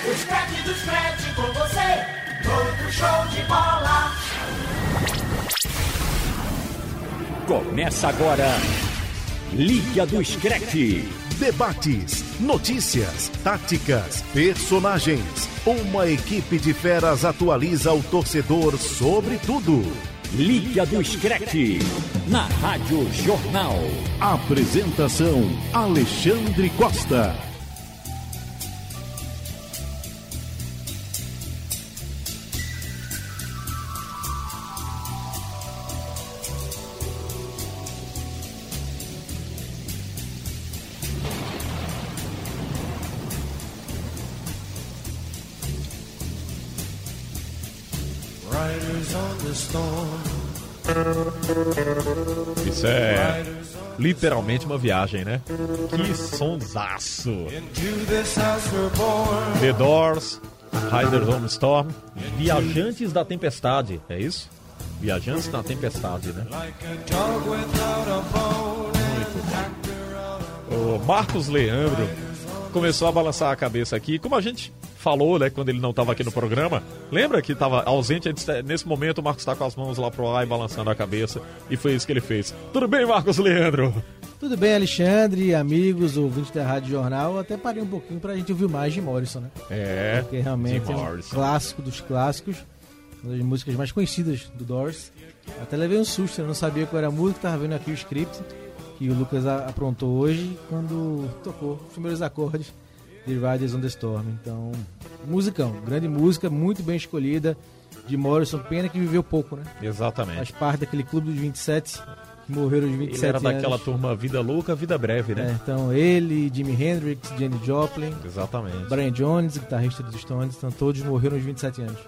O Scratch do Scratch com você, todo show de bola. Começa agora, Liga do Scratch. Debates, notícias, táticas, personagens. Uma equipe de feras atualiza o torcedor sobre tudo. Liga do Scratch, na Rádio Jornal. Apresentação, Alexandre Costa. Isso é literalmente uma viagem, né? Que sonsaço! The Doors, Riders on the Storm, Viajantes da Tempestade, é isso? Viajantes da Tempestade, né? Muito bom. O Marcos Leandro começou a balançar a cabeça aqui, como a gente falou, né, quando ele não estava aqui no programa. Lembra que estava ausente? Nesse momento o Marcos está com as mãos lá pro ar e balançando a cabeça, e foi isso que ele fez. Tudo bem, Marcos Leandro? Tudo bem, Alexandre, amigos, ouvintes da Rádio Jornal. Eu até parei um pouquinho pra gente ouvir mais de Morrison, né? É, porque realmente é um clássico dos clássicos, uma das músicas mais conhecidas do Doors. Até levei um susto, eu não sabia qual era a música, tava vendo aqui o script que o Lucas aprontou hoje quando tocou os primeiros acordes de Riders on the Storm. Então, musicão, grande música, muito bem escolhida, de Morrison. Pena que viveu pouco, né? Exatamente. Faz parte daquele clube dos 27, que morreram aos 27 anos. Ele era daquela turma Vida Louca, Vida Breve, né? Então, ele, Jimi Hendrix, Janis Joplin. Exatamente. Brian Jones, guitarrista dos Stones, então todos morreram aos 27 anos.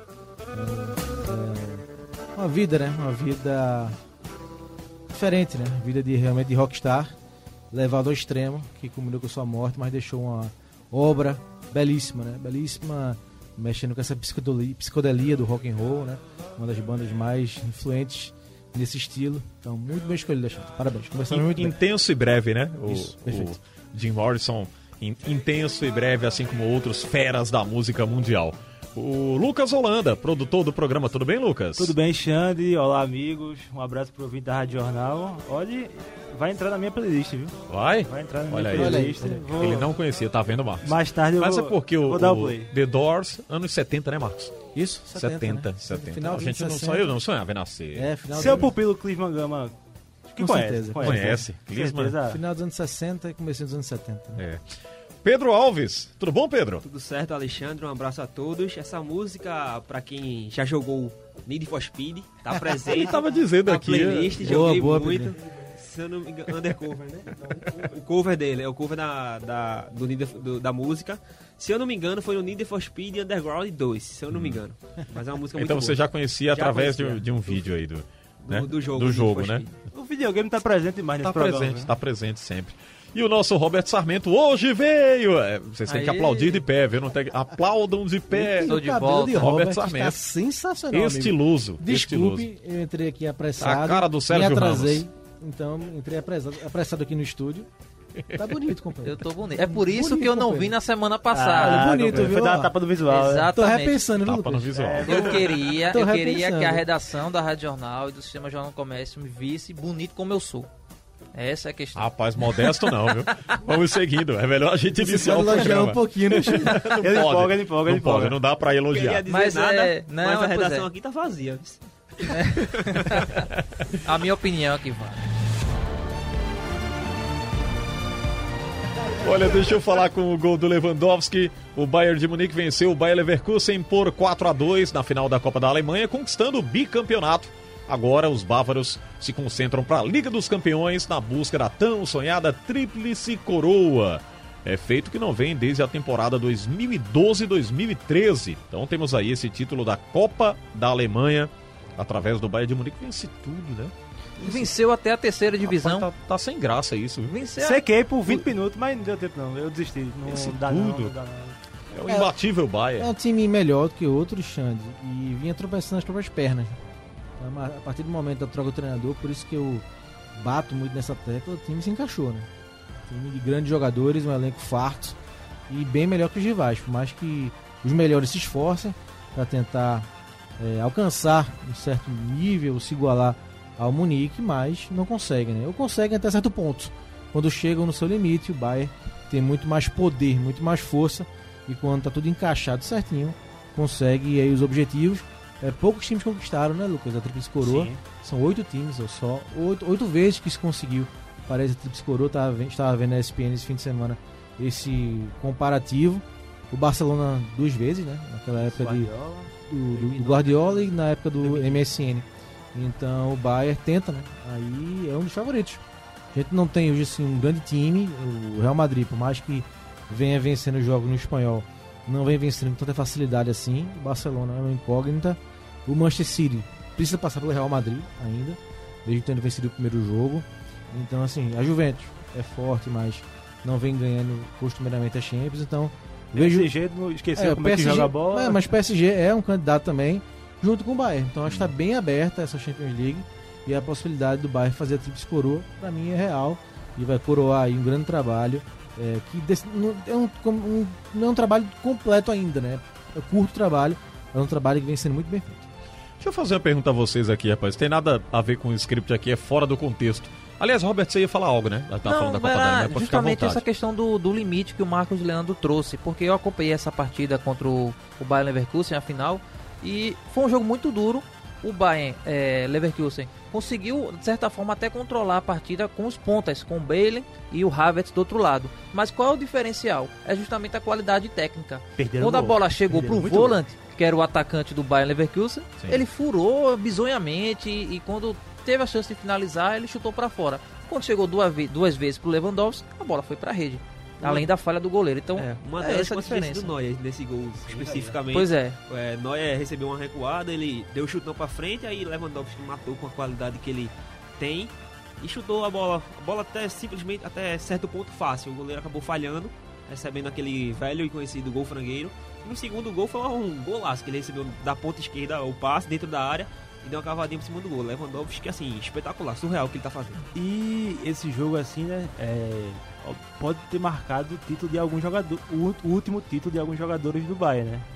Uma vida, né? Uma vida diferente, né? Vida realmente de rockstar, levado ao extremo, que culminou com sua morte, mas deixou uma obra belíssima, né? Belíssima, mexendo com essa psicodelia do rock and roll, né? Uma das bandas mais influentes nesse estilo. Então, muito bem escolhido, Alexandre. Parabéns. Começando muito bem. Intenso e breve, né? Isso, perfeito. O Jim Morrison, intenso e breve, assim como outros feras da música mundial. O Lucas Holanda, produtor do programa. Tudo bem, Lucas? Tudo bem, Xande. Olá, amigos. Um abraço pro ouvinte da Rádio Jornal. Olha, vai entrar na minha playlist, viu? Vai? Vai entrar na minha Olha playlist. Aí. Ele não conhecia, tá vendo, Marcos? Mais tarde eu Mas vou, é porque vou dar o play. The Doors, anos 70, né, Marcos? Isso, 70. 70. Final A gente não 60. só eu não sonhava em nascer. É, final Seu pupilo Clisman Gama, que Com conhece, certeza. Conhece. Certeza. Final dos anos 60 e começo dos anos 70. Né? É. Pedro Alves, tudo bom, Pedro? Tudo certo, Alexandre, um abraço a todos. Essa música, pra quem já jogou Need for Speed, tá presente. Ele tava dizendo na aqui. playlist, joguei boa, muito. Pedro. Se eu não me engano, Undercover, né? O cover dele, é o cover da música. Se eu não me engano, foi no Need for Speed Underground 2, se eu não me engano. Mas é uma música muito Então boa. você já conhecia através conhecia. de um vídeo aí do jogo. Do jogo, Need for né? Speed. O videogame tá presente demais nesse programa. Tá presente sempre. E o nosso Roberto Sarmento hoje veio. Vocês têm que aplaudir de pé, viu? Não tem... Aplaudam de pé. O cabelo de Roberto Robert Sarmento. está sensacional, Estiloso. amigo. Desculpe, eu entrei aqui apressado. A cara do Sérgio me atrasei. Ramos. Então, entrei apressado aqui no estúdio. Tá bonito, companheiro. Eu tô bonito. É por isso Bonito, que eu não companheiro. vim na semana passada. Ah, bonito, Foi viu? dar a tapa do visual. né? Tô Exatamente. repensando, viu, Tapa no Lucas? visual. Eu queria Tô que a repensando. redação da Rádio Jornal e do Sistema Jornal do Comércio me visse bonito como eu sou. Essa é a questão. Rapaz, modesto não, viu? Vamos seguindo. É melhor a gente Você iniciar pode o elogiar programa. um pouquinho, né? Ele empolga. Não dá pra Queria elogiar. dizer Mas nada, não, mas a pois redação é. aqui tá vazia. A minha opinião é que vale. Olha, deixa eu falar com o gol do Lewandowski. O Bayern de Munique venceu o Bayer Leverkusen por 4-2 na final da Copa da Alemanha, conquistando o bicampeonato. Agora os bávaros se concentram para a Liga dos Campeões na busca da tão sonhada tríplice coroa. É feito que não vem desde a temporada 2012-2013. Então temos aí esse título da Copa da Alemanha através do Bayern de Munique. Vence tudo, né? Venceu até a terceira divisão. Rapaz, tá sem graça isso, viu? Venceu. Sequei por 20 minutos, mas não deu tempo não. Eu desisti. Não Esse dá tudo. não dá não. É um imbatível Bayern. É um time melhor do que outros, Xande, e vinha tropeçando nas próprias pernas. Então, a partir do momento da troca do treinador, por isso que eu bato muito nessa tecla, o time se encaixou, né? Time de grandes jogadores, um elenco farto, e bem melhor que os rivais, por mais que os melhores se esforcem para tentar alcançar um certo nível, se igualar ao Munique, mas não conseguem, né? Ou conseguem até certo ponto. Quando chegam no seu limite, o Bayern tem muito mais poder, muito mais força, e quando está tudo encaixado certinho, consegue aí os objetivos. Poucos times conquistaram, né, Lucas? A Tríplice Coroa. Sim. São 8 times, ou só 8 vezes que se conseguiu. Parece a Tríplice Coroa. Estava vendo na ESPN esse fim de semana esse comparativo. O Barcelona 2 vezes, né? Naquela época do Guardiola e na época do MSN. Então o Bayern tenta, né? Aí é um dos favoritos. A gente não tem hoje assim um grande time. O Real Madrid, por mais que venha vencendo jogos no espanhol, não vem vencendo com tanta facilidade assim. O Barcelona é uma incógnita. O Manchester City precisa passar pelo Real Madrid ainda, desde tendo vencido o primeiro jogo. Então assim, a Juventus é forte, mas não vem ganhando costumeiramente a Champions. Então vejo... PSG não esqueceu como PSG, é que joga a bola. Mas PSG é um candidato também, junto com o Bayern. Então acho que está bem aberta essa Champions League, e a possibilidade do Bayern fazer a Tríplice Coroa, para mim, é real, e vai coroar aí um grande trabalho, não é um trabalho completo ainda, né? É um curto trabalho, é um trabalho que vem sendo muito bem feito. Deixa eu fazer uma pergunta a vocês aqui, rapaz. Tem nada a ver com o script aqui, é fora do contexto. Aliás, Robert, você ia falar algo, né? Tá falando da Copa da Alemanha, pode ficar à justamente vontade. essa questão do limite que o Marcos Leandro trouxe, porque eu acompanhei essa partida contra o Bayern Leverkusen, a final, e foi um jogo muito duro. O Bayern Leverkusen conseguiu, de certa forma, até controlar a partida com os pontas, com o Bale e o Havertz do outro lado. Mas qual é o diferencial? É justamente a qualidade técnica. Quando a bola chegou pro volante, que era o atacante do Bayern Leverkusen, ele furou bizonhamente, e quando teve a chance de finalizar, ele chutou para fora. Quando chegou duas vezes pro Lewandowski, a bola foi para a rede. Além da falha do goleiro. Então, uma é delas essa a diferença do Neuer, nesse gol especificamente. Pois é. Neuer recebeu uma recuada, ele deu o chutão pra frente, aí Lewandowski matou com a qualidade que ele tem e chutou a bola. A bola simplesmente até certo ponto fácil. O goleiro acabou falhando, recebendo aquele velho e conhecido gol frangueiro. E no segundo gol foi um golaço, que ele recebeu da ponta esquerda o passe dentro da área e deu uma cavadinha por cima do gol. Lewandowski, assim, espetacular, surreal o que ele tá fazendo. E esse jogo, assim, né, pode ter marcado o título de algum jogador, o último título de alguns jogadores do Bayern, né?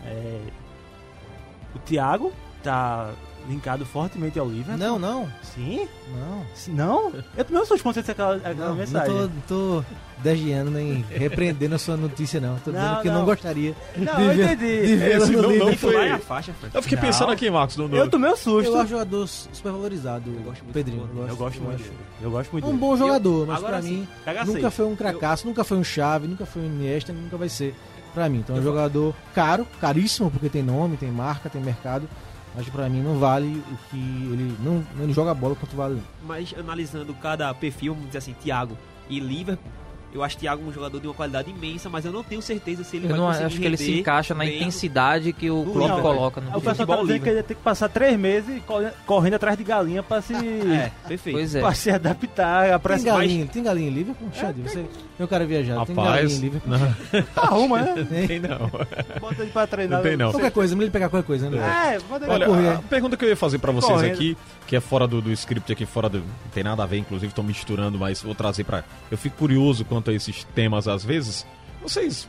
O Thiago tá linkado fortemente ao Liverpool. Não. Sim? Não. Não? Eu também não sou responsável aquela mensagem. Não tô desviando nem repreendendo a sua notícia, não. Tô dizendo que eu não gostaria eu entendi. de ver Esse no não Liverpool. foi... a faixa, Eu fiquei pensando aqui, Marcos. Eu tomei um susto. Eu acho o jogador super valorizado, o Pedrinho. Eu gosto muito dele. Eu gosto muito É um dele. bom jogador, mas agora pra mim cagacei. nunca foi um cracaço, nunca foi um Xavi, nunca foi um Iniesta, nunca vai ser pra mim. Então é um jogador caro, caríssimo, porque tem nome, tem marca, tem mercado. Mas pra mim não vale o que ele não joga bola quanto vale. Mas analisando cada perfil, vamos dizer assim, Thiago e Liverpool, eu acho Thiago um jogador de uma qualidade imensa, mas eu não tenho certeza se ele vai conseguir acho que ele se render encaixa na bem intensidade que o Klopp coloca no O pessoal futebol tá dizendo livre. que ele ia ter que passar 3 meses correndo atrás de galinha pra se, perfeito. Pois é. pra se adaptar. Tem galinha em Liverpool? Xande, você é um cara viajado. Tem galinha Rapaz, em Liverpool? não Arruma, né? tem não. Bota ele pra treinar. Não tem não. Qualquer coisa, melhor ele pegar qualquer coisa, né? Bota ele Olha, correr. a pergunta que eu ia fazer pra vocês Correndo. aqui, que é fora do script aqui, não tem nada a ver, inclusive tô misturando, mas vou trazer pra... Eu fico curioso quanto a esses temas às vezes. Vocês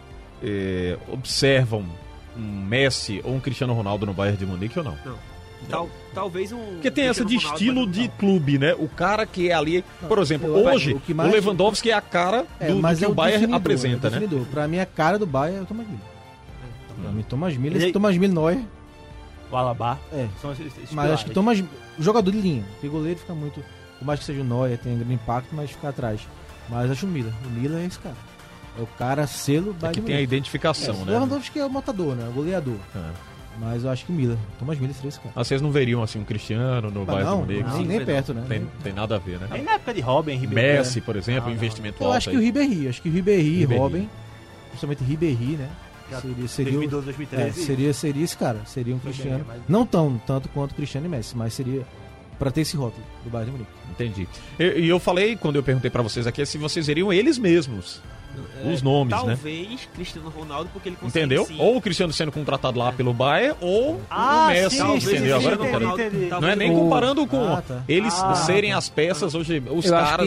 observam um Messi ou um Cristiano Ronaldo no Bayern de Munique ou não? Não. Talvez um... Porque tem essa de Cristiano estilo Ronaldo, de clube, né? O cara que é ali... Por exemplo, eu- hoje, o que o mais- Lewandowski é a cara do que o Bayern definidor, apresenta, é o né? definidor. Pra mim, a cara do Bayern é o Thomas Müller. Pra mim, Thomas Müller, Ele- esse Thomas Müller Neuer. O Alaba. É. São esses Mas acho que pilares. Thomas, jogador de linha. Porque goleiro fica muito. Por mais que seja o Neuer, tem um grande impacto, mas fica atrás. Mas acho o Miller. O Miller é esse cara. É o cara selo É Bayern que de tem a Munique. identificação, O né? Lewandowski é o matador, né? O goleador. Mas eu acho que o Miller. Thomas Miller seria esse cara. Vocês não veriam assim um Cristiano no Bayern de Não, Munique? nem perto, né? Tem nada a ver, né? Nem na época de Robin, Ribeiro. Messi, por exemplo, investimento Eu alto acho que aí. o Ribéry. Acho que o Ribéry, Ribéry. Robin. Principalmente Ribéry, né? Seria 2012, 2013. seria esse cara. Seria um Foi Cristiano. bem, mas- Não tanto quanto Cristiano e Messi, mas seria pra ter esse rótulo do Bayern de Munique. Entendi. E eu falei, quando eu perguntei pra vocês aqui, se vocês veriam eles mesmos. Os nomes, né? Talvez Cristiano Ronaldo, porque ele consegue Entendeu? sim. Ou o Cristiano sendo contratado lá pelo Bayern, ou Ah, o Messi, sim, entendeu? Agora eu não quero. entendi. Não é nem comparando com tá. eles serem as peças hoje, os Eu acho caras. que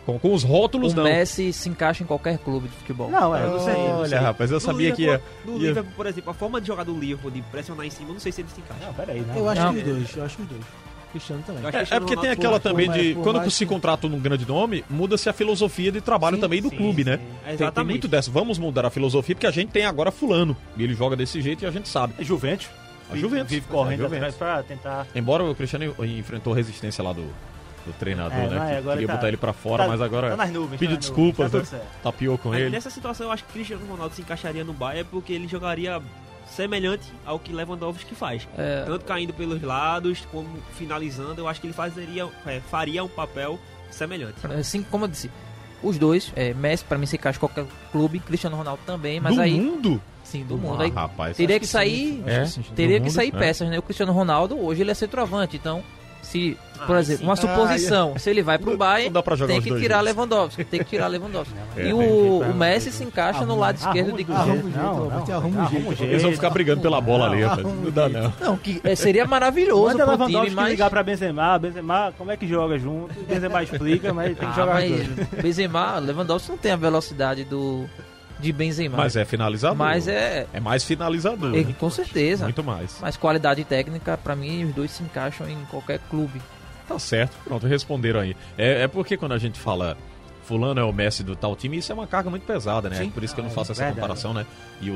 Com os rótulos, O não. Messi se encaixa em qualquer clube de futebol. Não, eu não sei. Olha, rapaz, eu No sabia que ia... No Liverpool, por exemplo, a forma de jogar do Liverpool, de pressionar em cima, eu não sei se ele se encaixa. Não, peraí, né? Eu acho Não. que os dois. Cristiano também. Eu acho É porque tem aquela também de... por Quando mais se que- contrata um grande nome, muda-se a filosofia de trabalho também do clube, né? Tem Exatamente. muito dessa. Vamos mudar a filosofia, porque a gente tem agora fulano. E ele joga desse jeito e a gente sabe. É Juventus. A Juventus. Vive correndo É, Juventus. atrás pra tentar... Embora o Cristiano enfrentou resistência lá do treinador, É, né? mas que agora queria tá- botar ele pra fora, tá- mas agora tá nas nuvens, pediu tá nas desculpas, nuvens, tá né? tudo certo. Tapiou com Mas ele. nessa situação, eu acho que Cristiano Ronaldo se encaixaria no Bayern porque ele jogaria semelhante ao que Lewandowski faz. Tanto caindo pelos lados, como finalizando, eu acho que ele faria um papel semelhante. Assim como eu disse, os dois, Messi pra mim se encaixa em qualquer clube, Cristiano Ronaldo também, mas do aí... mundo? Sim, do mundo. Aí Rapaz. teria Acho que sim, sair... acho É? que sim. Teria do que mundo, sair é. peças, né? O Cristiano Ronaldo, hoje ele é centroavante, então... Se, por exemplo, sim. uma suposição, se ele vai pro Bayern, não dá pra jogar tem os que dois tirar juntos. Lewandowski, tem que tirar Lewandowski. É, E tem o Messi se encaixa no lado esquerdo de Arruma um campo. jeito, Roberto, arruma um jeito. Eles vão ficar brigando pela bola ali, rapaz. Não, Não dá, não. Não, que seria maravilhoso Manda pro time, Lewandowski mas... ligar pra Benzema, como é que joga junto? Benzema explica, mas tem que jogar os dois. mas Benzema, Lewandowski não tem a velocidade de Benzema. Mas é finalizador. Mas é mais finalizador. né? com certeza. Muito mais. Mas qualidade técnica, pra mim, os dois se encaixam em qualquer clube. Tá certo. Pronto, responderam aí. É porque quando a gente fala fulano é o Messi do tal time, isso é uma carga muito pesada, né? Sim. Por isso que eu não faço essa verdade. comparação, né? E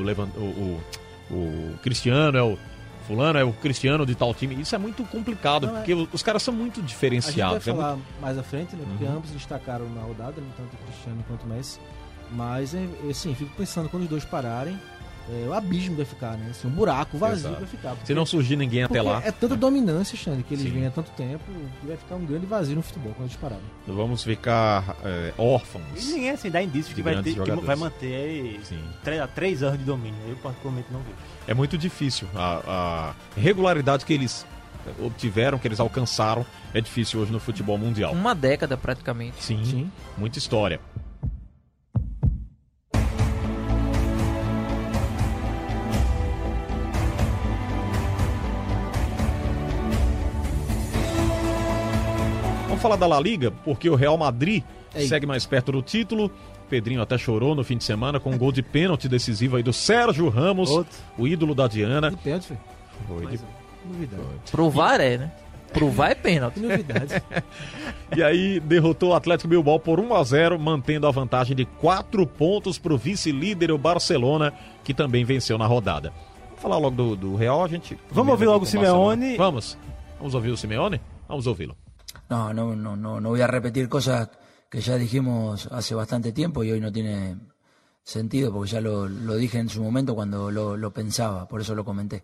o Cristiano é o fulano é o Cristiano de tal time. Isso é muito complicado, Não, porque os caras são muito A gente diferenciados. vai É falar mais à frente, né? Porque Uhum. ambos destacaram na rodada, né, tanto o Cristiano quanto o Messi. Mas, assim, fico pensando, quando os dois pararem, o abismo vai ficar, né? Assim, um buraco, vazio Exato. vai ficar. Se não surgir ninguém até lá, É tanta dominância, Xande, que eles Sim. vêm há tanto tempo, que vai ficar um grande vazio no futebol quando eles pararem. vamos ficar órfãos. E ninguém assim dá indícios De que vai grandes ter, que jogadores. vai manter Sim. 3 anos de domínio. Eu particularmente não vejo. É muito difícil. A regularidade que eles obtiveram, que eles alcançaram, é difícil hoje no futebol mundial. Uma década praticamente. Sim, muita história. Vamos falar da La Liga, porque o Real Madrid Ei. segue mais perto do título. Pedrinho até chorou no fim de semana com um gol de pênalti decisivo aí do Sérgio Ramos, Outro. o ídolo da Diana. De pênalti, filho. Foi de- Novidade. Provar né? Provar é pênalti. Que novidade. E aí derrotou o Atlético Bilbao por 1-0, mantendo a vantagem de 4 pontos para o vice-líder, o Barcelona, que também venceu na rodada. Vamos falar logo do Real, a gente... Vamos ouvir logo o Simeone. Vamos ouvir o Simeone? Vamos ouvi-lo. No voy a repetir cosas que ya dijimos hace bastante tiempo y hoy no tiene sentido porque ya lo dije en su momento cuando lo pensaba, por eso lo comenté.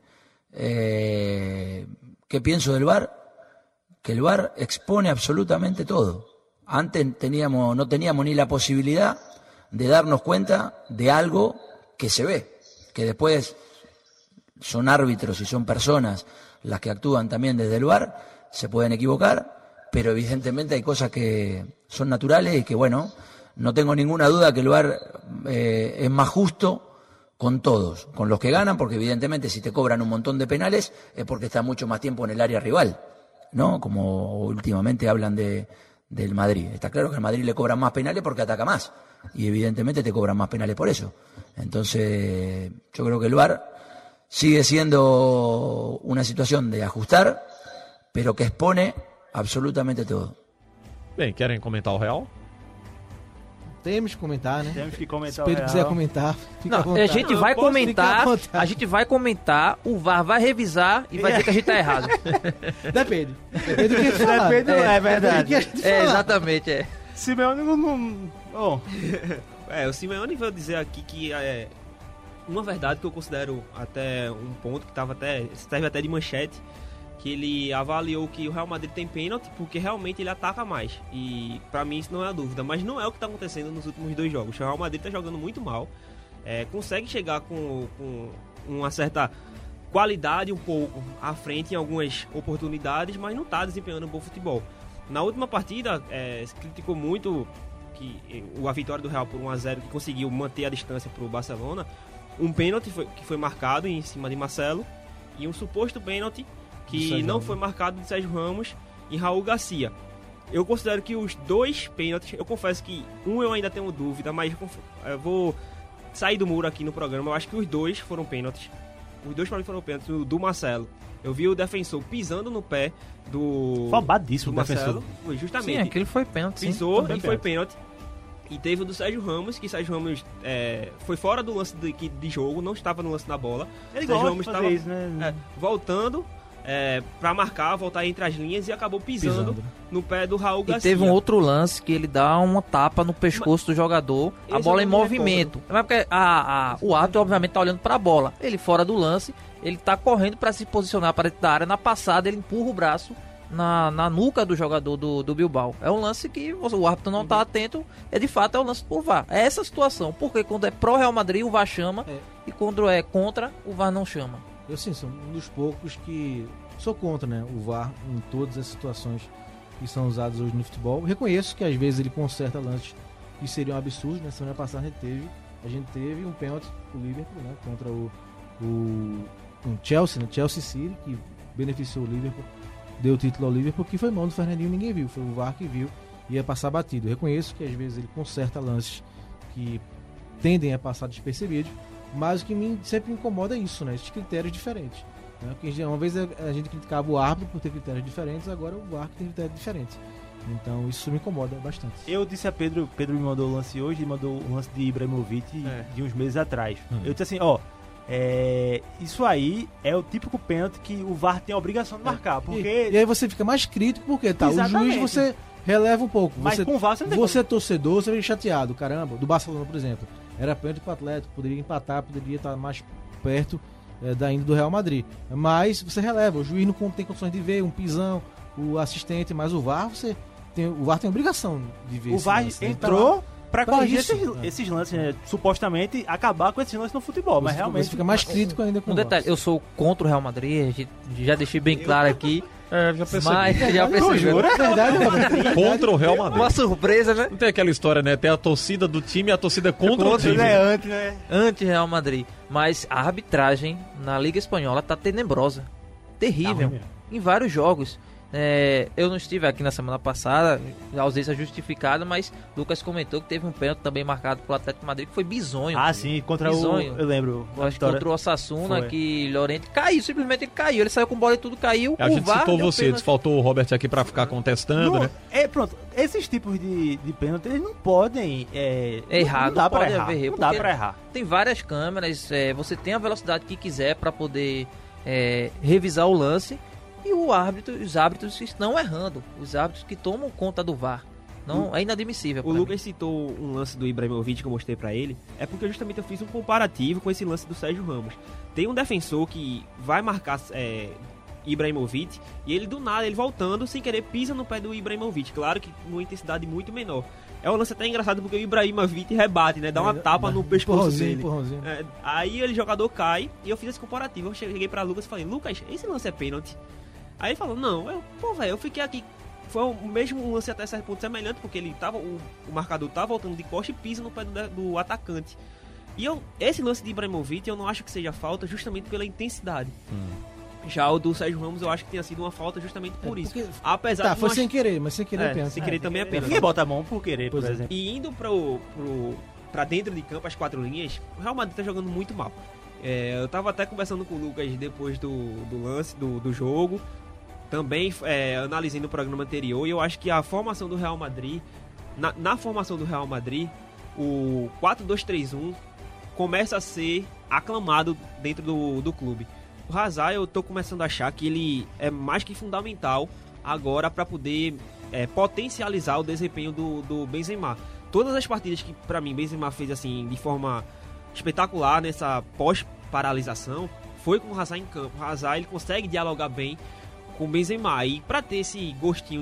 ¿Qué pienso del VAR? Que el VAR expone absolutamente todo. Antes no teníamos ni la posibilidad de darnos cuenta de algo que se ve, que después son árbitros y son personas las que actúan también desde el VAR, se pueden equivocar, pero evidentemente hay cosas que son naturales y que, bueno, no tengo ninguna duda que el VAR es más justo con todos, con los que ganan, porque evidentemente si te cobran un montón de penales es porque está mucho más tiempo en el área rival, ¿no? Como últimamente hablan del Madrid. Está claro que al Madrid le cobran más penales porque ataca más y evidentemente te cobran más penales por eso. Entonces, yo creo que el VAR sigue siendo una situación de ajustar, pero que expone absolutamente todo. Bem, querem comentar o Real? Temos que comentar, né? Temos que Se comentar Pedro o quiser Real. comentar, fica à Não, vontade. a gente Não, vai posso ficar à comentar, vontade. a gente vai comentar, o VAR vai revisar e vai dizer que a gente tá errado. Depende. Depende do que falar. Depende, é verdade. Depende do que a gente É, falar. exatamente, Simeone não... Bom, O Simeone veio dizer aqui que é uma verdade que eu considero até um ponto que serve até de manchete, que ele avaliou que o Real Madrid tem pênalti porque realmente ele ataca mais. E pra mim isso não é a dúvida, mas não é o que tá acontecendo nos últimos 2 jogos. O Real Madrid tá jogando muito mal, consegue chegar com uma certa qualidade um pouco à frente em algumas oportunidades, mas não tá desempenhando um bom futebol. Na última partida, se criticou muito a vitória do Real por 1-0, que conseguiu manter a distância para o Barcelona. Um pênalti que foi marcado em cima de Marcelo e um suposto pênalti que não foi marcado de Sérgio Ramos e Raul Garcia. eu considero que os 2 pênaltis, eu confesso que um eu ainda tenho dúvida, mas eu vou sair do muro aqui no programa. Eu acho que os 2 foram pênaltis. Os 2 para mim foram pênaltis, o do Marcelo. Eu vi o defensor pisando no pé do Fobadíssimo do o defensor. Marcelo. Foi justamente. Sim, aquele foi pênalti. sim. Pisou Também e foi pênalti. E teve o do Sérgio Ramos, que Sérgio Ramos foi fora do lance de jogo, não estava no lance da bola. Ele Sérgio gosta Ramos de fazer estava isso, né? voltando pra marcar, voltar entre as linhas e acabou pisando no pé do Raul E Garcia. teve um outro lance que ele dá uma tapa no pescoço do jogador, a Esse bola eu em não me movimento. Mas porque o árbitro, obviamente, tá olhando pra bola. Ele fora do lance, ele tá correndo pra se posicionar para dentro da área. Na passada, ele empurra o braço na nuca do jogador do Bilbao. É um lance que o árbitro não tá atento, de fato é um lance por VAR. É essa situação, porque quando é pró Real Madrid, o VAR chama, e quando é contra, o VAR não chama. Eu sim, sou um dos poucos que sou contra, né, o VAR em todas as situações que são usadas hoje no futebol. Reconheço que às vezes ele conserta lances que seriam absurdos, né? Semana passada a gente teve um pênalti pro Liverpool, né, contra o Chelsea, né, Chelsea City, que beneficiou o Liverpool, deu o título ao Liverpool, que foi mão do Fernandinho, ninguém viu, foi o VAR que viu e ia passar batido. Eu reconheço que às vezes ele conserta lances que tendem a passar despercebidos, mas o que sempre me incomoda é isso, né? Esses critérios diferentes. Né? Porque uma vez a gente criticava o árbitro por ter critérios diferentes, agora o VAR que tem critérios diferentes. Então isso me incomoda bastante. Eu disse a Pedro me mandou o lance hoje e mandou o lance de Ibrahimovic de uns meses atrás. Eu disse assim, isso aí é o típico pênalti que o VAR tem a obrigação de marcar, porque... E aí você fica mais crítico, porque o juiz você releva um pouco. Mas com o VAR você não tem Você é torcedor, você fica chateado, caramba, do Barcelona, por exemplo. Era pênalti pro Atlético, poderia empatar, poderia estar mais perto da índia do Real Madrid. Mas você releva, o juiz não tem condições de ver, um pisão, o assistente, mas o VAR o VAR tem obrigação de ver. O VAR lance, entrou pra corrigir isso, esses lances, né? Supostamente acabar com esses lances no futebol, mas realmente... Você fica mais crítico ainda com Um detalhe, eu sou contra o Real Madrid, já deixei bem claro aqui. Já percebi. Mas já percebi. Contra o Real Madrid. Uma surpresa, né? Não tem aquela história, né? Tem a torcida do time e a torcida contra o time. Anti-Real Madrid. Mas a arbitragem na Liga Espanhola tá tenebrosa. Terrível. Em vários jogos. Eu não estive aqui na semana passada, a ausência justificada, mas Lucas comentou que teve um pênalti também marcado pelo Atlético de Madrid, que foi bizonho. Ah, sim, contra bizonho. eu lembro. Acho que contra o Osasuna, que Llorente caiu, simplesmente ele caiu. Ele saiu com bola e tudo, caiu. A gente citou você, faltou o Robert aqui pra ficar contestando, né? Pronto, esses tipos de pênalti, eles não podem errar, não dá pra errar. Não dá pra errar. Tem várias câmeras, você tem a velocidade que quiser pra poder revisar o lance. E os árbitros estão errando. Os árbitros que tomam conta do VAR. Não, é inadmissível. O Lucas citou um lance do Ibrahimovic que eu mostrei pra ele. É porque justamente eu fiz um comparativo com esse lance do Sérgio Ramos. Tem um defensor que vai marcar Ibrahimovic e ele do nada, ele voltando, sem querer, pisa no pé do Ibrahimovic. Claro que numa intensidade muito menor. É um lance até engraçado porque o Ibrahimovic rebate, né? Dá uma tapa no pescoço dele. Aí o jogador cai e eu fiz esse comparativo. Eu cheguei pra Lucas e falei, Lucas, esse lance é pênalti? Aí ele falou, não, eu fiquei aqui. Foi o mesmo lance até certo ponto semelhante, porque ele tava, o marcador tá voltando de costa e pisa no pé do atacante. E esse lance de Ibrahimovic eu não acho que seja falta justamente pela intensidade. Já o do Sérgio Ramos eu acho que tenha sido uma falta justamente por isso. Apesar de foi sem querer, mas sem querer pensa. Sem querer também é pena. Ninguém bota a mão por querer, por exemplo. E indo pra dentro de campo, as 4 linhas, o Real Madrid tá jogando muito mal. Eu tava até conversando com o Lucas depois do lance, do jogo. Também analisei no programa anterior, e eu acho que a formação do Real Madrid, na formação do Real Madrid, o 4-2-3-1 começa a ser aclamado dentro do clube. O Hazard, eu tô começando a achar que ele é mais que fundamental agora para poder potencializar o desempenho do Benzema. Todas as partidas que, para mim, Benzema fez assim de forma espetacular nessa pós-paralisação, foi com o Hazard em campo. O Hazard, ele consegue dialogar bem com o Benzema, e para ter esse gostinho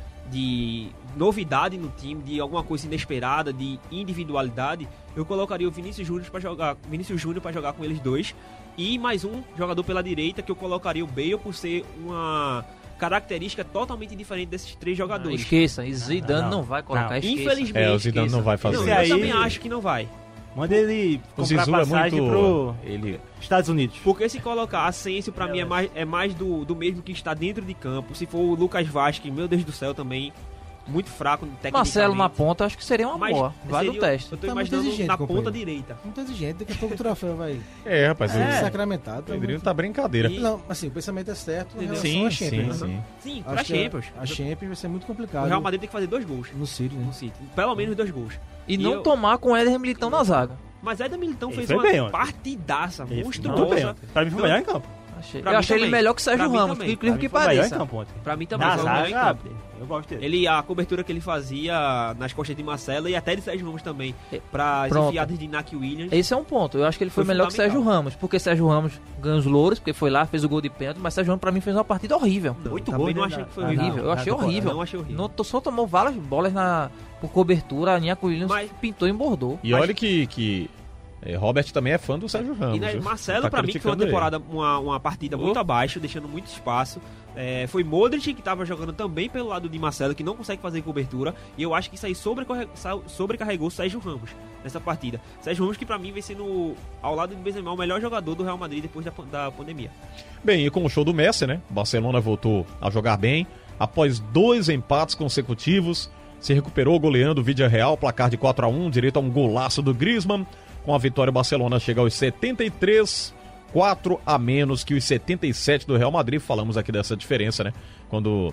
de novidade no time, de alguma coisa inesperada, de individualidade, eu colocaria o Vinícius Júnior para jogar com eles dois, e mais um jogador pela direita que eu colocaria o Bale, por ser uma característica totalmente diferente desses 3 jogadores. Esqueça, Zidane não vai colocar, esqueça. Infelizmente, o Zidane não vai fazer isso. Eu também acho que não vai. Manda ele comprar passagem pro Estados Unidos. Porque se colocar Asensio, pra mim, é mais do mesmo que está dentro de campo. Se for o Lucas Vazquez, meu Deus do céu, também muito fraco tecnicamente. Marcelo na ponta, acho que seria uma Mas boa. Vale o seria- teste. Eu tô Tá muito imaginando exigente, na companheiro. ponta direita. Muito exigente, daqui a pouco o troféu vai Rapaz, sacramentado. o Pedrinho tá brincadeira. Não, assim, o pensamento é certo em relação Sim, à Champions. sim, né? sim. Sim, pra Acho que Champions. a Champions vai ser muito O complicado Real Madrid tem que fazer 2 gols no City, né? no City. Pelo menos 2 gols. E não eu- tomar com o Éder Militão na zaga. Mas Éder Militão Ele fez foi uma bem ontem. partidaça Ele monstruosa. muito bem ontem. Pra mim foi o melhor em campo. Pra Eu mim achei ele também. melhor que o Sérgio Pra mim Ramos, também. que incrível que Pra mim foi o melhor em pareça. campo ontem. Pra mim também Na foi o melhor em zaga, campo. eu gosto dele. A cobertura que ele fazia nas costas de Marcelo e até de Sérgio Ramos também, para as Pronto. enfiadas de Iñaki Williams. Esse é um ponto. Eu acho que ele foi Foi melhor que o Sérgio fundamental. Ramos, porque Sérgio Ramos ganhou os louros, porque foi lá, fez o gol de pênalti, mas Sérgio Ramos pra mim fez uma partida horrível. Não, 8 também gols, não né, achei que foi na- horrível. Horrível, eu achei temporada. horrível. Não achei horrível. Só tomou várias bolas por cobertura, a Iñaki Williams Mas- pintou e embordou. E olha que Robert também é fã do Sérgio Ramos. E né, viu? Marcelo, Tá pra mim, que foi uma criticando ele. temporada, uma partida muito abaixo, deixando muito espaço. Foi Modric que tava jogando também pelo lado de Marcelo, que não consegue fazer cobertura. E eu acho que isso aí sobrecarregou o Sérgio Ramos nessa partida. Sérgio Ramos que pra mim vem sendo, ao lado de Benzema, o melhor jogador do Real Madrid depois da pandemia. Bem, e com o show do Messi, né? O Barcelona voltou a jogar bem. Após 2 empates consecutivos, se recuperou goleando o Villarreal, placar de 4-1, direito a um golaço do Griezmann. Com a vitória, o Barcelona chega aos 73, 4 a menos que os 77 do Real Madrid. Falamos aqui dessa diferença, né? Quando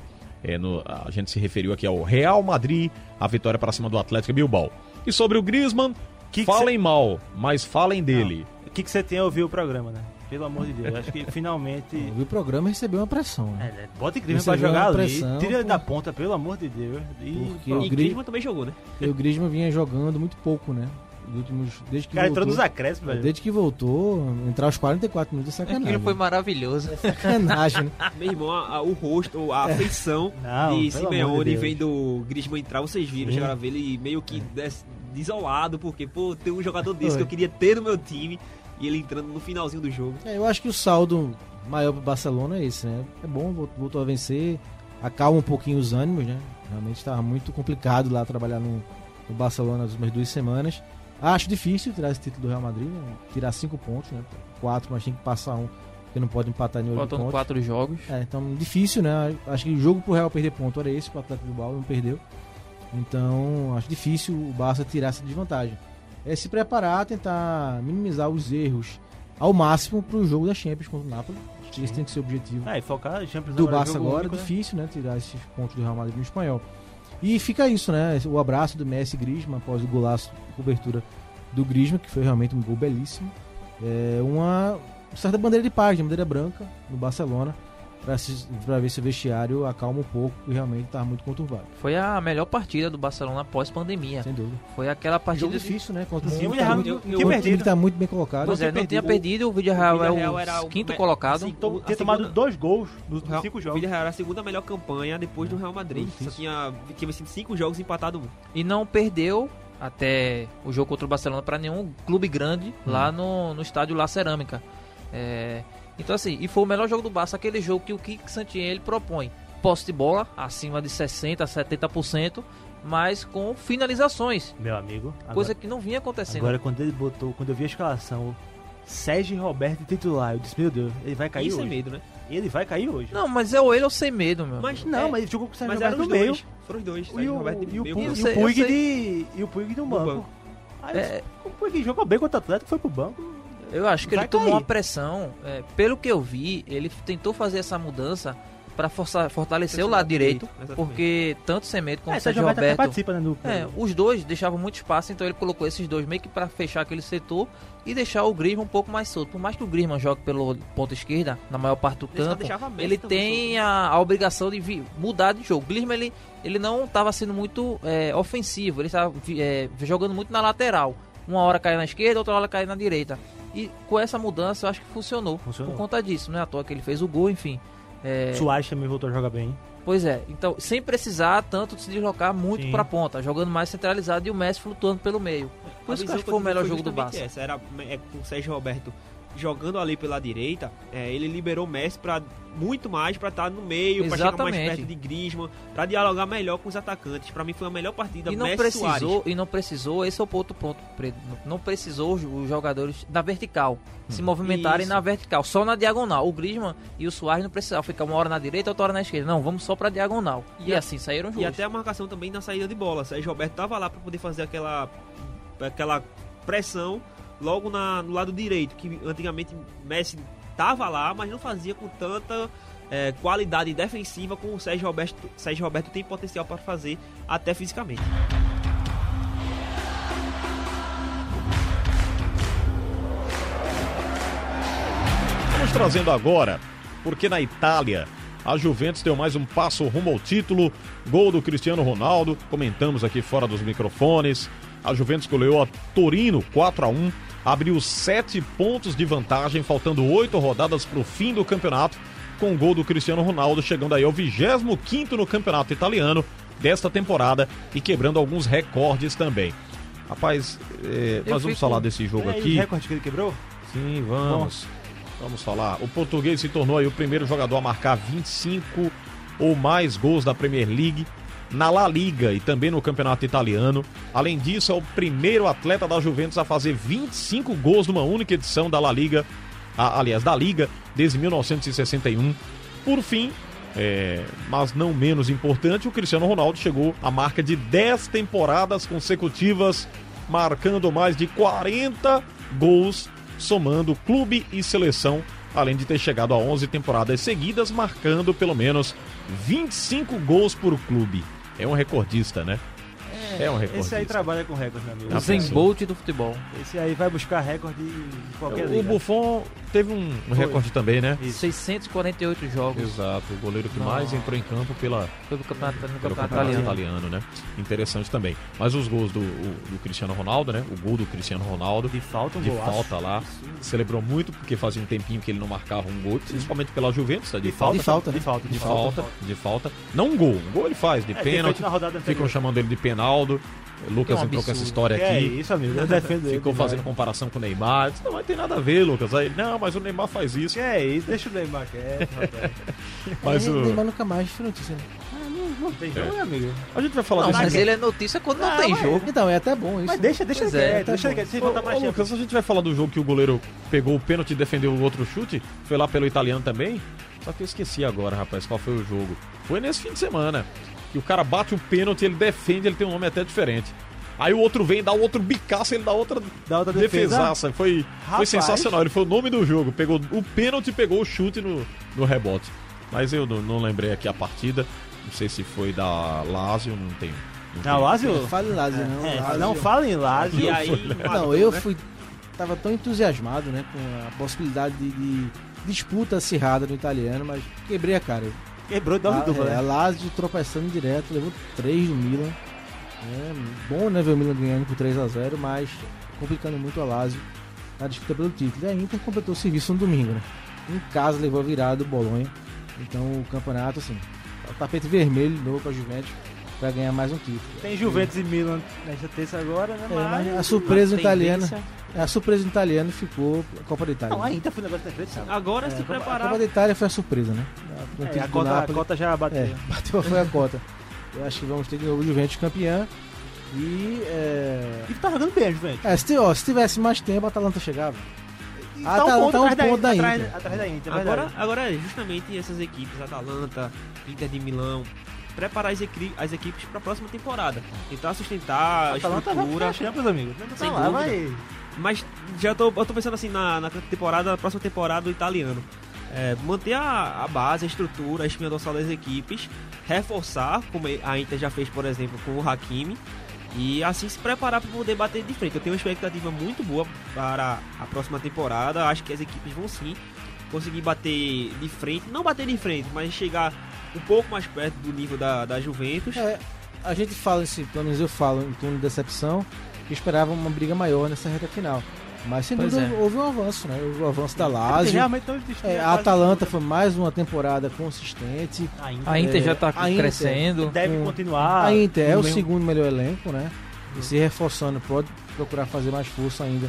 a gente se referiu aqui ao Real Madrid, a vitória para cima do Atlético Bilbao. E sobre o Griezmann, falem mal, mas falem dele. O que você tem a ouvir o programa, né? Pelo amor de Deus, acho que finalmente... O programa recebeu uma pressão, né? Bota o Griezmann pra Recebeu jogar uma ali, pressão, tira ele pô. da ponta, pelo amor de Deus. Porque E Griezmann também jogou, né? o Griezmann vinha jogando muito pouco, né? Desde que Cara, voltou, entrou nos acréscimos, velho. desde que voltou, entrar aos 44 minutos é sacanagem. Aquilo foi maravilhoso. Sacanagem, né? Meu irmão, o rosto, a feição Não, de pelo amor Simeone de Deus. vendo o Griezmann entrar, vocês viram, chegaram a ver ele meio que desolado, porque, pô, tem um jogador desse Foi. que eu queria ter no meu time, e ele entrando no finalzinho do jogo. Eu acho que o saldo maior pro Barcelona é esse, né? É bom, voltou a vencer, acalma um pouquinho os ânimos, né? Realmente estava muito complicado lá trabalhar no Barcelona nas últimas 2 semanas. Acho difícil tirar esse título do Real Madrid, né? Tirar 5 pontos, né? 4, mas tem que passar um, porque não pode empatar em 8 Faltando pontos. 4 jogos. Então difícil, né? Acho que o jogo pro Real perder ponto era esse, pro Atlético Bilbao não perdeu. Então acho difícil o Barça tirar essa desvantagem. É se preparar, tentar minimizar os erros ao máximo pro jogo da Champions contra o Napoli. Acho que esse tem que ser o objetivo E focar em Champions do agora, Barça jogo agora. único, né? Difícil, né? Tirar esses pontos do Real Madrid no espanhol. E fica isso, né? O abraço do Messi e Griezmann após o golaço de cobertura do Griezmann, que foi realmente um gol belíssimo. Uma certa bandeira de paz, bandeira branca no Barcelona, para ver se o vestiário acalma um pouco, que realmente estava muito conturbado. Foi a melhor partida do Barcelona após pandemia. Sem dúvida. Foi aquela partida Jogo difícil, né? Contra um Sim, time o que tá Villarreal muito, não tinha um time perdido. que tá muito bem colocado. Pois é, não tinha perdido, o O Villarreal Villarreal é era o o quinto me- colocado. assim, Tinha tomado 2 gols nos 5 O jogos. Villarreal era a segunda melhor campanha depois do Real Madrid. Só tinha vencido 5 jogos e empatado 1. E não perdeu até o jogo contra o Barcelona para nenhum clube grande lá no estádio La Cerâmica. Então assim, e foi o melhor jogo do Barça, aquele jogo que o Kike Setien ele propõe. Posse de bola acima de 60%, 70%, mas com finalizações. Meu amigo. Coisa que não vinha acontecendo. Agora, quando eu vi a escalação, Sérgio Roberto titular, eu disse, meu Deus, ele vai cair Isso hoje. é medo, né? Ele vai cair hoje. Não, mas é o ele ou sem medo, meu. Mas Não, mas ele jogou com o Sérgio Mas Roberto eram no os meio. dois. Foram os dois. E Sérgio o Roberto e o meio Puig- campo. Eu sei, e o Puig eu e o Puig no banco. banco. Aí o Puig jogou bem contra o Atlético, foi pro banco. Eu acho que Vai ele tomou cair. uma pressão. Pelo que eu vi, ele tentou fazer essa mudança para fortalecer o lado direito, Exatamente. porque tanto Semedo como o Sérgio Sérgio Roberto até Roberto, participa, né, do... os dois deixavam muito espaço, então ele colocou esses dois meio que para fechar aquele setor e deixar o Griezmann um pouco mais solto. Por mais que o Griezmann jogue pelo ponta esquerda, na maior parte do Ele só campo, deixava Messi ele também tem a obrigação de mudar de jogo. O Griezmann ele não estava sendo muito ofensivo, ele estava jogando muito na lateral. Uma hora caía na esquerda, outra hora caía na direita. E com essa mudança eu acho que funcionou. Por conta disso, não é à toa que ele fez o gol, enfim. Soares também voltou a jogar bem. Pois é, então sem precisar tanto de se deslocar muito Sim. pra ponta, jogando mais centralizado e o Messi flutuando pelo meio. Por isso que eu acho que foi o melhor jogo do Barça. Essa era com o Sérgio Roberto jogando ali pela direita, ele liberou o Messi muito mais para estar no meio, para chegar mais perto de Griezmann, para dialogar melhor com os atacantes. Para mim foi a melhor partida. E não precisou, esse é o ponto, Preto. Não precisou os jogadores na vertical se movimentarem na vertical, só na diagonal. O Griezmann e o Suárez não precisavam ficar uma hora na direita, outra hora na esquerda. Não, vamos só para diagonal. E assim saíram juntos. E até a marcação também na saída de bola. Sérgio Roberto tava lá para poder fazer aquela pressão logo no lado direito, que antigamente Messi tava lá, mas não fazia com tanta qualidade defensiva como o Sérgio Roberto tem potencial para fazer, até fisicamente. Vamos trazendo agora, porque na Itália a Juventus deu mais um passo rumo ao título. Gol do Cristiano Ronaldo, comentamos aqui fora dos microfones. A Juventus goleou a Torino 4-1, abriu 7 pontos de vantagem, faltando 8 rodadas para o fim do campeonato, com o gol do Cristiano Ronaldo, chegando aí ao 25º no campeonato italiano desta temporada e quebrando alguns recordes também. Rapaz, nós vamos falar desse jogo aqui. O recorde que ele quebrou? Sim, vamos. Vamos falar. O português se tornou aí o primeiro jogador a marcar 25 ou mais gols da Premier League na La Liga e também no campeonato italiano. Além disso, é o primeiro atleta da Juventus a fazer 25 gols numa única edição da La Liga, da Liga, desde 1961. Por fim, mas não menos importante, o Cristiano Ronaldo chegou à marca de 10 temporadas consecutivas, marcando mais de 40 gols, somando clube e seleção, além de ter chegado a 11 temporadas seguidas, marcando pelo menos 25 gols por clube. É um recordista, né? É um recordista. Esse aí trabalha com recorde, meu amigo. O Zen Bolt do futebol. Esse aí vai buscar recorde em qualquer liga. O Buffon teve um recorde também, né? Isso. 648 jogos. Exato, o goleiro que mais entrou em campo pelo campeonato italiano, né? Interessante também. Mas os gols do Cristiano Ronaldo, né? O gol do Cristiano Ronaldo de falta lá, celebrou muito porque fazia um tempinho que ele não marcava um gol, principalmente pela Juventus, tá? De falta. Não um gol ele faz de pênalti. Ficam chamando ele de Penaldo. Lucas entrou com essa história aqui. É isso, amigo. Eu defendo ele. Ficou fazendo comparação com o Neymar. Disse, não vai ter nada a ver, Lucas. Aí, não, mas o Neymar faz isso. Que é isso, deixa o Neymar quieto, rapaz. Mas o Neymar nunca mais foi notícia, né? Não tem jogo, amigo. A gente vai falar disso. Mas ele é notícia quando não tem jogo. Então, é até bom isso. Mas deixa quieto. Sem botar mais Lucas, a gente vai falar do jogo que o goleiro pegou o pênalti e defendeu o outro chute. Foi lá pelo italiano também. Só que eu esqueci agora, rapaz, qual foi o jogo. Foi nesse fim de semana. Que o cara bate o pênalti, ele defende, ele tem um nome até diferente. Aí o outro vem, dá o outro bicaço, ele dá outra defesaça. Foi sensacional, ele foi o nome do jogo. Pegou o pênalti, pegou o chute no rebote. Mas eu não lembrei aqui a partida. Não sei se foi da Lazio, não tenho. Lazio? Não fala em Lazio, não. Não fala em Lazio. E aí, eu tava tão entusiasmado, né, com a possibilidade de disputa acirrada no italiano, mas quebrei a cara. Quebrou de dupla, né? A Lazio tropeçando direto, levou 3 do Milan. Bom, né, ver o Milan ganhando por 3-0, mas complicando muito a Lazio na disputa pelo título. E a Inter completou o serviço no domingo, né? Em casa levou a virada do Bolonha. Então o campeonato, assim, o tapete vermelho de novo para a Juventus para ganhar mais um título. Tem Juventus e Milan nesta terça agora, né? Mas a surpresa italiana. A surpresa italiana ficou a Copa da Itália. Não, a Inter foi um negócio perfeito, sabe? Agora se preparar. A Copa da Itália foi a surpresa, né? A cota já bateu. Foi a cota. Eu acho que vamos ter de novo o Juventus campeã. E tá jogando bem, Juventus. Se tivesse mais tempo, a Atalanta chegava. A Atalanta tá um ponto da Inter. Atrás da Inter. Agora é justamente essas equipes, Atalanta, Inter de Milão, preparar as equipes para a próxima temporada. Tentar sustentar a estrutura. Meus amigos. Sem dúvida. Mas eu tô pensando assim na próxima temporada do italiano. Manter a base, a estrutura, a espinha dorsal das equipes, reforçar, como a Inter já fez, por exemplo, com o Hakimi, e assim se preparar para poder bater de frente. Eu tenho uma expectativa muito boa para a próxima temporada. Acho que as equipes vão sim conseguir bater de frente, não bater de frente, mas chegar um pouco mais perto do nível da Juventus. A gente fala, pelo menos eu falo, em torno de decepção, que esperava uma briga maior nessa reta final. Mas sem dúvida houve um avanço, né? Houve um avanço da Lazio. A Atalanta foi mais uma temporada consistente. A Inter já está crescendo. Deve continuar. A Inter é o segundo melhor elenco, né? E se reforçando, pode procurar fazer mais força ainda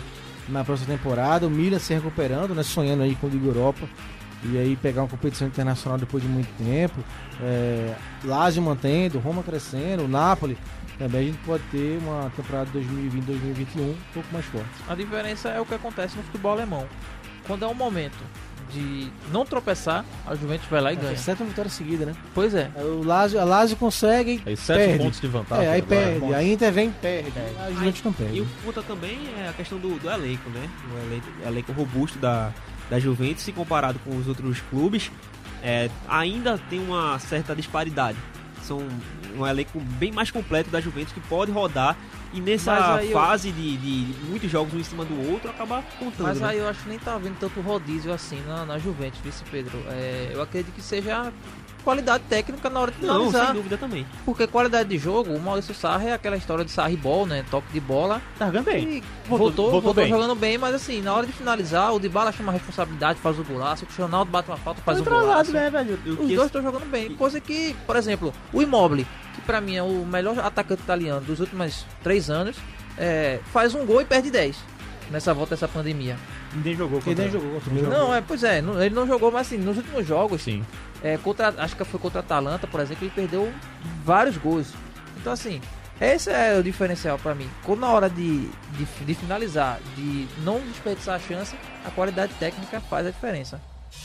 na próxima temporada, o Milan se recuperando, né, sonhando aí com a Liga Europa, e aí pegar uma competição internacional depois de muito tempo, Lazio mantendo, Roma crescendo, o Napoli, também a gente pode ter uma temporada 2020-2021 um pouco mais forte. A diferença é o que acontece no futebol alemão. Quando é um momento de não tropeçar, a Juventus vai lá e ganha. 7 vitórias seguidas, né? Pois é. A Lazio consegue, Aí 7 perde. pontos de vantagem. Aí agora. perde, a Inter vem e perde. A Juventus não E perde. o que conta também é a questão do elenco, né? O elenco robusto da Juventus, se comparado com os outros clubes, ainda tem uma certa disparidade. São um elenco bem mais completo da Juventus que pode rodar, e nessa fase de muitos jogos um em cima do outro acaba contando. Mas né? aí eu acho que nem tá vendo tanto rodízio assim na Juventus, vice Pedro. Eu acredito que seja qualidade técnica na hora de Não, finalizar. sem dúvida também. Porque qualidade de jogo, o Maurício Sarri é aquela história de Sarri ball, né? Toque de bola. Tá jogando bem. E Voltou bem. jogando bem, mas assim, na hora de finalizar, o Dybala chama a responsabilidade, faz o golaço, o Cristiano Ronaldo bate uma falta, faz o golaço. né, velho? Os dois estão jogando bem. Coisa que, por exemplo, o Immobile, que pra mim é o melhor atacante italiano dos últimos 3 anos, faz um gol e perde 10 nessa volta dessa pandemia. Ninguém jogou Quem nem jogou contra o Milan. Não, pois é, ele não jogou, mas assim, nos últimos jogos, Sim. acho que foi contra a Atalanta, por exemplo, ele perdeu vários gols. Então assim, esse é o diferencial pra mim. Quando na hora de finalizar, de não desperdiçar a chance, a qualidade técnica faz a diferença.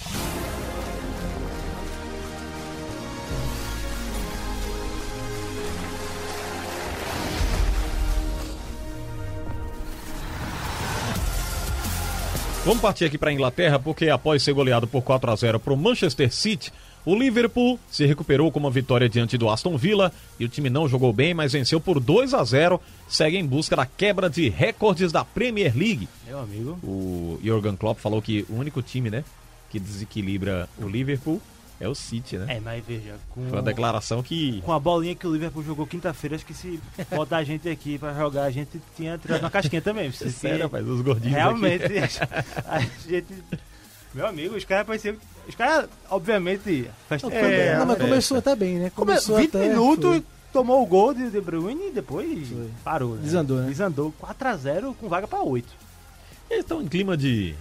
Vamos partir aqui para a Inglaterra, porque após ser goleado por 4-0 para o Manchester City, o Liverpool se recuperou com uma vitória diante do Aston Villa e o time não jogou bem, mas venceu por 2-0, segue em busca da quebra de recordes da Premier League. Meu amigo. O Jürgen Klopp falou que o único time, né, que desequilibra o Liverpool é o City, né? Mas veja, Foi uma declaração que... com a bolinha que o Liverpool jogou quinta-feira, acho que se botar a gente aqui pra jogar, a gente tinha tirado uma casquinha também. Sério, rapaz, os gordinhos realmente, aqui. a gente... Meu amigo, os caras pareciam... Os caras, obviamente... Mas começou até bem, né? Começou 20 até, minutos, foi. tomou o gol de De Bruyne e depois parou. Né? Desandou, né? Desandou 4-0 com vaga pra 8. Eles estão em clima de...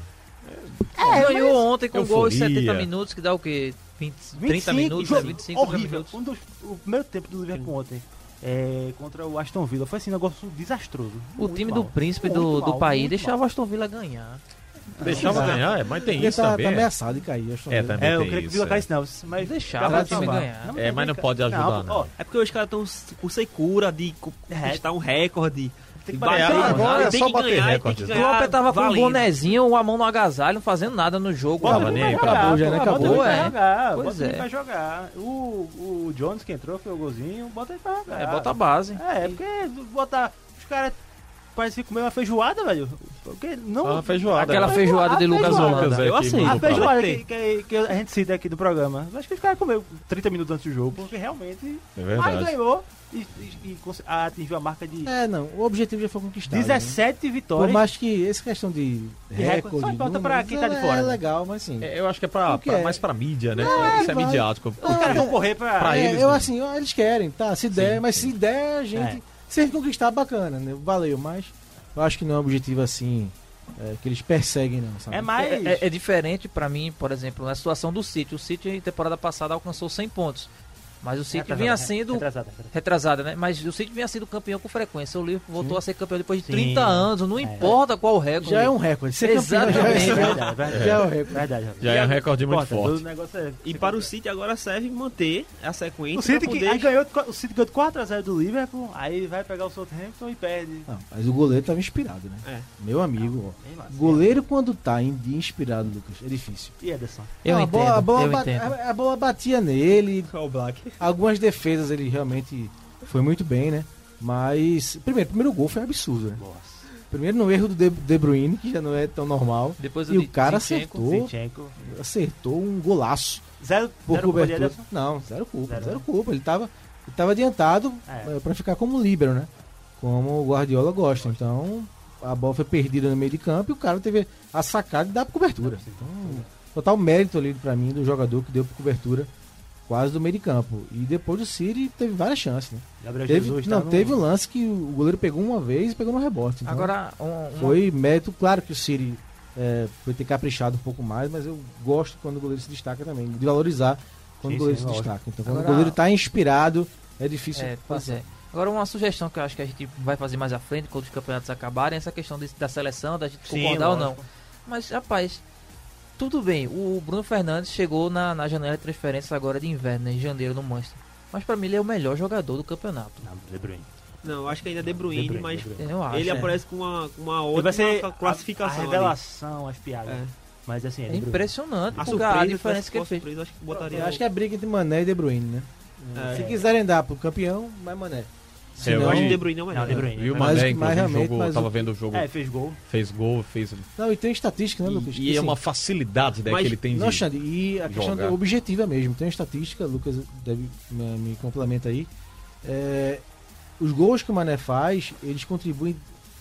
Ganhou ontem com gol em euforia. 70 minutos, que dá o quê? 30 minutos, jogo 25 horrível. minutos. O primeiro tempo do Liverpool ontem contra o Aston Villa foi assim, um negócio desastroso. O Muito time mal. do príncipe Muito do mal, país muito deixava o mal. Aston Villa ganhar. Deixava ganhar, mas tem Ele isso tá também. ameaçado de cair. Acho que também Eu tem creio que o isso. Villa caísse não, mas Deixava o time acabar. ganhar. Mas não pode ajudar, não. ó, É porque os caras estão com secura de conquistar um recorde. tem que Ganhar bater, agora é tem só que bater ganhar, recorde. tem que O ganhar Klopp tava com um valendo. bonezinho, a mão no agasalho, não fazendo nada no jogo. Tava nem aí pra acabou já, né? Bota Acabou, ele pra é. jogar, Pois bota ele é. pra jogar. O Jones que entrou, foi o golzinho, bota ele pra jogar. Bota a base. Porque botar os caras parecem comer uma feijoada, velho. Porque não... Ah, feijoada. Aquela feijoada de Lucas feijoada. Holanda. Eu Aqui, aceito. A mano, feijoada Tem. que a gente cita aqui do programa. Acho que os caras comeram 30 minutos antes do jogo, porque realmente É verdade. mas ganhou e atingiu a marca de não. O objetivo já foi conquistado. né? 17 Por vitórias. mais que essa questão de recorde, recorde, só importa números, pra quem tá de fora, É né? legal, mas assim. Eu acho que é Porque mais pra mídia, né? Isso é vai. midiático. Os caras vão correr pra eles, eu né? assim, eles querem, tá? Se der, mas se der, a gente. É. Se a gente conquistar, bacana, né? Valeu, mas eu acho que não é um objetivo assim que eles perseguem, não, sabe? É mais. É diferente pra mim, por exemplo, na situação do City. O City, temporada passada, alcançou 100 pontos. Mas o City vinha sendo retrasada, né? Mas o City vinha sendo campeão com frequência. O Liverpool voltou a ser campeão depois de 30 anos. Não importa qual o recorde. Já é um recorde. Ser campeão Exatamente. já é, Verdade. já é um recorde. Verdade. Já é um recorde muito Importa, forte. o negócio é... E para o City agora serve manter a sequência. O City, pra que, poder... aí ganhou, o City ganhou de 4-0 do Liverpool, aí vai pegar o Southampton e perde. Não, mas o goleiro tava inspirado, né? Meu amigo, ó. Bem lá, Goleiro quando tá em dia inspirado, Lucas, é difícil. E Ederson? Eu Não, entendo, eu entendo. A bola batia nele. O Black. Algumas defesas ele realmente foi muito bem, né? Mas, primeiro gol foi absurdo, né? Nossa. Primeiro no erro do De Bruyne, que já não é tão normal. Depois E o cara Zinchenko. Zinchenko. acertou um golaço Zero por culpa de cobertura. Ederson? Não, zero culpa. Zero, Zero né? culpa. Ele tava adiantado pra ficar como líbero, né? Como o Guardiola gosta. Então, a bola foi perdida no meio de campo e o cara teve a sacada de dar por cobertura. Então, total mérito ali pra mim do jogador que deu por cobertura quase do meio de campo. E depois o City teve várias chances, né? Gabriel Jesus Teve um lance que o goleiro pegou uma vez e pegou no rebote. Então, Agora, foi mérito, claro que o City foi ter caprichado um pouco mais, mas eu gosto quando o goleiro se destaca também, de valorizar quando o goleiro se destaca. Então, quando o goleiro está inspirado, é difícil passar. Agora, uma sugestão que eu acho que a gente vai fazer mais à frente, quando os campeonatos acabarem, essa questão da seleção, da gente concordar ou não. Mas, rapaz, tudo bem, o Bruno Fernandes chegou na janela de transferências agora de inverno, né, em janeiro, no Manchester. Mas pra mim ele é o melhor jogador do campeonato. Não, De Bruyne. Não, acho que ainda é De Bruyne, mas Eu acho, ele aparece com uma outra vai ser classificação. a revelação, as piadas. Mas assim, É impressionante A porque a diferença que ele fez. Surpresa, acho que botaria. Eu acho que é a briga entre Mané e De Bruyne, né? Se quiserem dar pro campeão, vai Mané. Eu acho que De Bruyne é o melhor. De Bruyne. E o Mas- Mané, mas inclusive, realmente, tava vendo o jogo, fez gol. fez... Não, e tem estatística, né, Lucas? E é uma facilidade, né, Mas- que ele tem de... Não, Xande, e a questão jogar. objetiva mesmo. Tem uma estatística, Lucas deve me complementa aí. Os gols que o Mané faz, eles contribuem.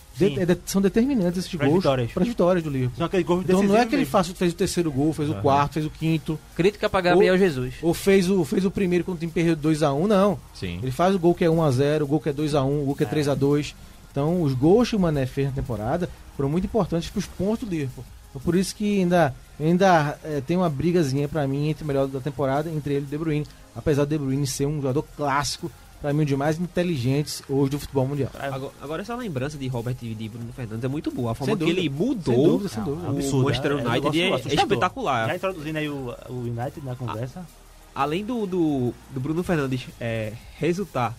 São determinantes esses Pras gols vitórias. para as vitórias do Liverpool. São aqueles gols Então não é decisivos que ele mesmo. fez o terceiro gol, fez o quarto, fez o quinto, Crítica pra Gabriel Jesus. ou fez o primeiro quando o time perdeu 2-1, não. Sim. Ele faz o gol que é 1-0, o gol que é 2-1, o gol que é 3-2. Então os que o Mané fez na temporada foram muito importantes para os pontos do Liverpool. Então, por isso que ainda tem uma brigazinha para mim entre o melhor da temporada, entre ele e o De Bruyne. Apesar do De Bruyne ser um jogador clássico, para mim um dos mais inteligentes hoje do futebol mundial. Agora essa lembrança de Robert e de Bruno Fernandes é muito boa. A forma Sem que dúvida. ele mudou Sem dúvida, sem dúvida. o Absurdo, Manchester né? United é Assustador. espetacular. Já introduzindo aí o United na conversa. Além do Bruno Fernandes resultar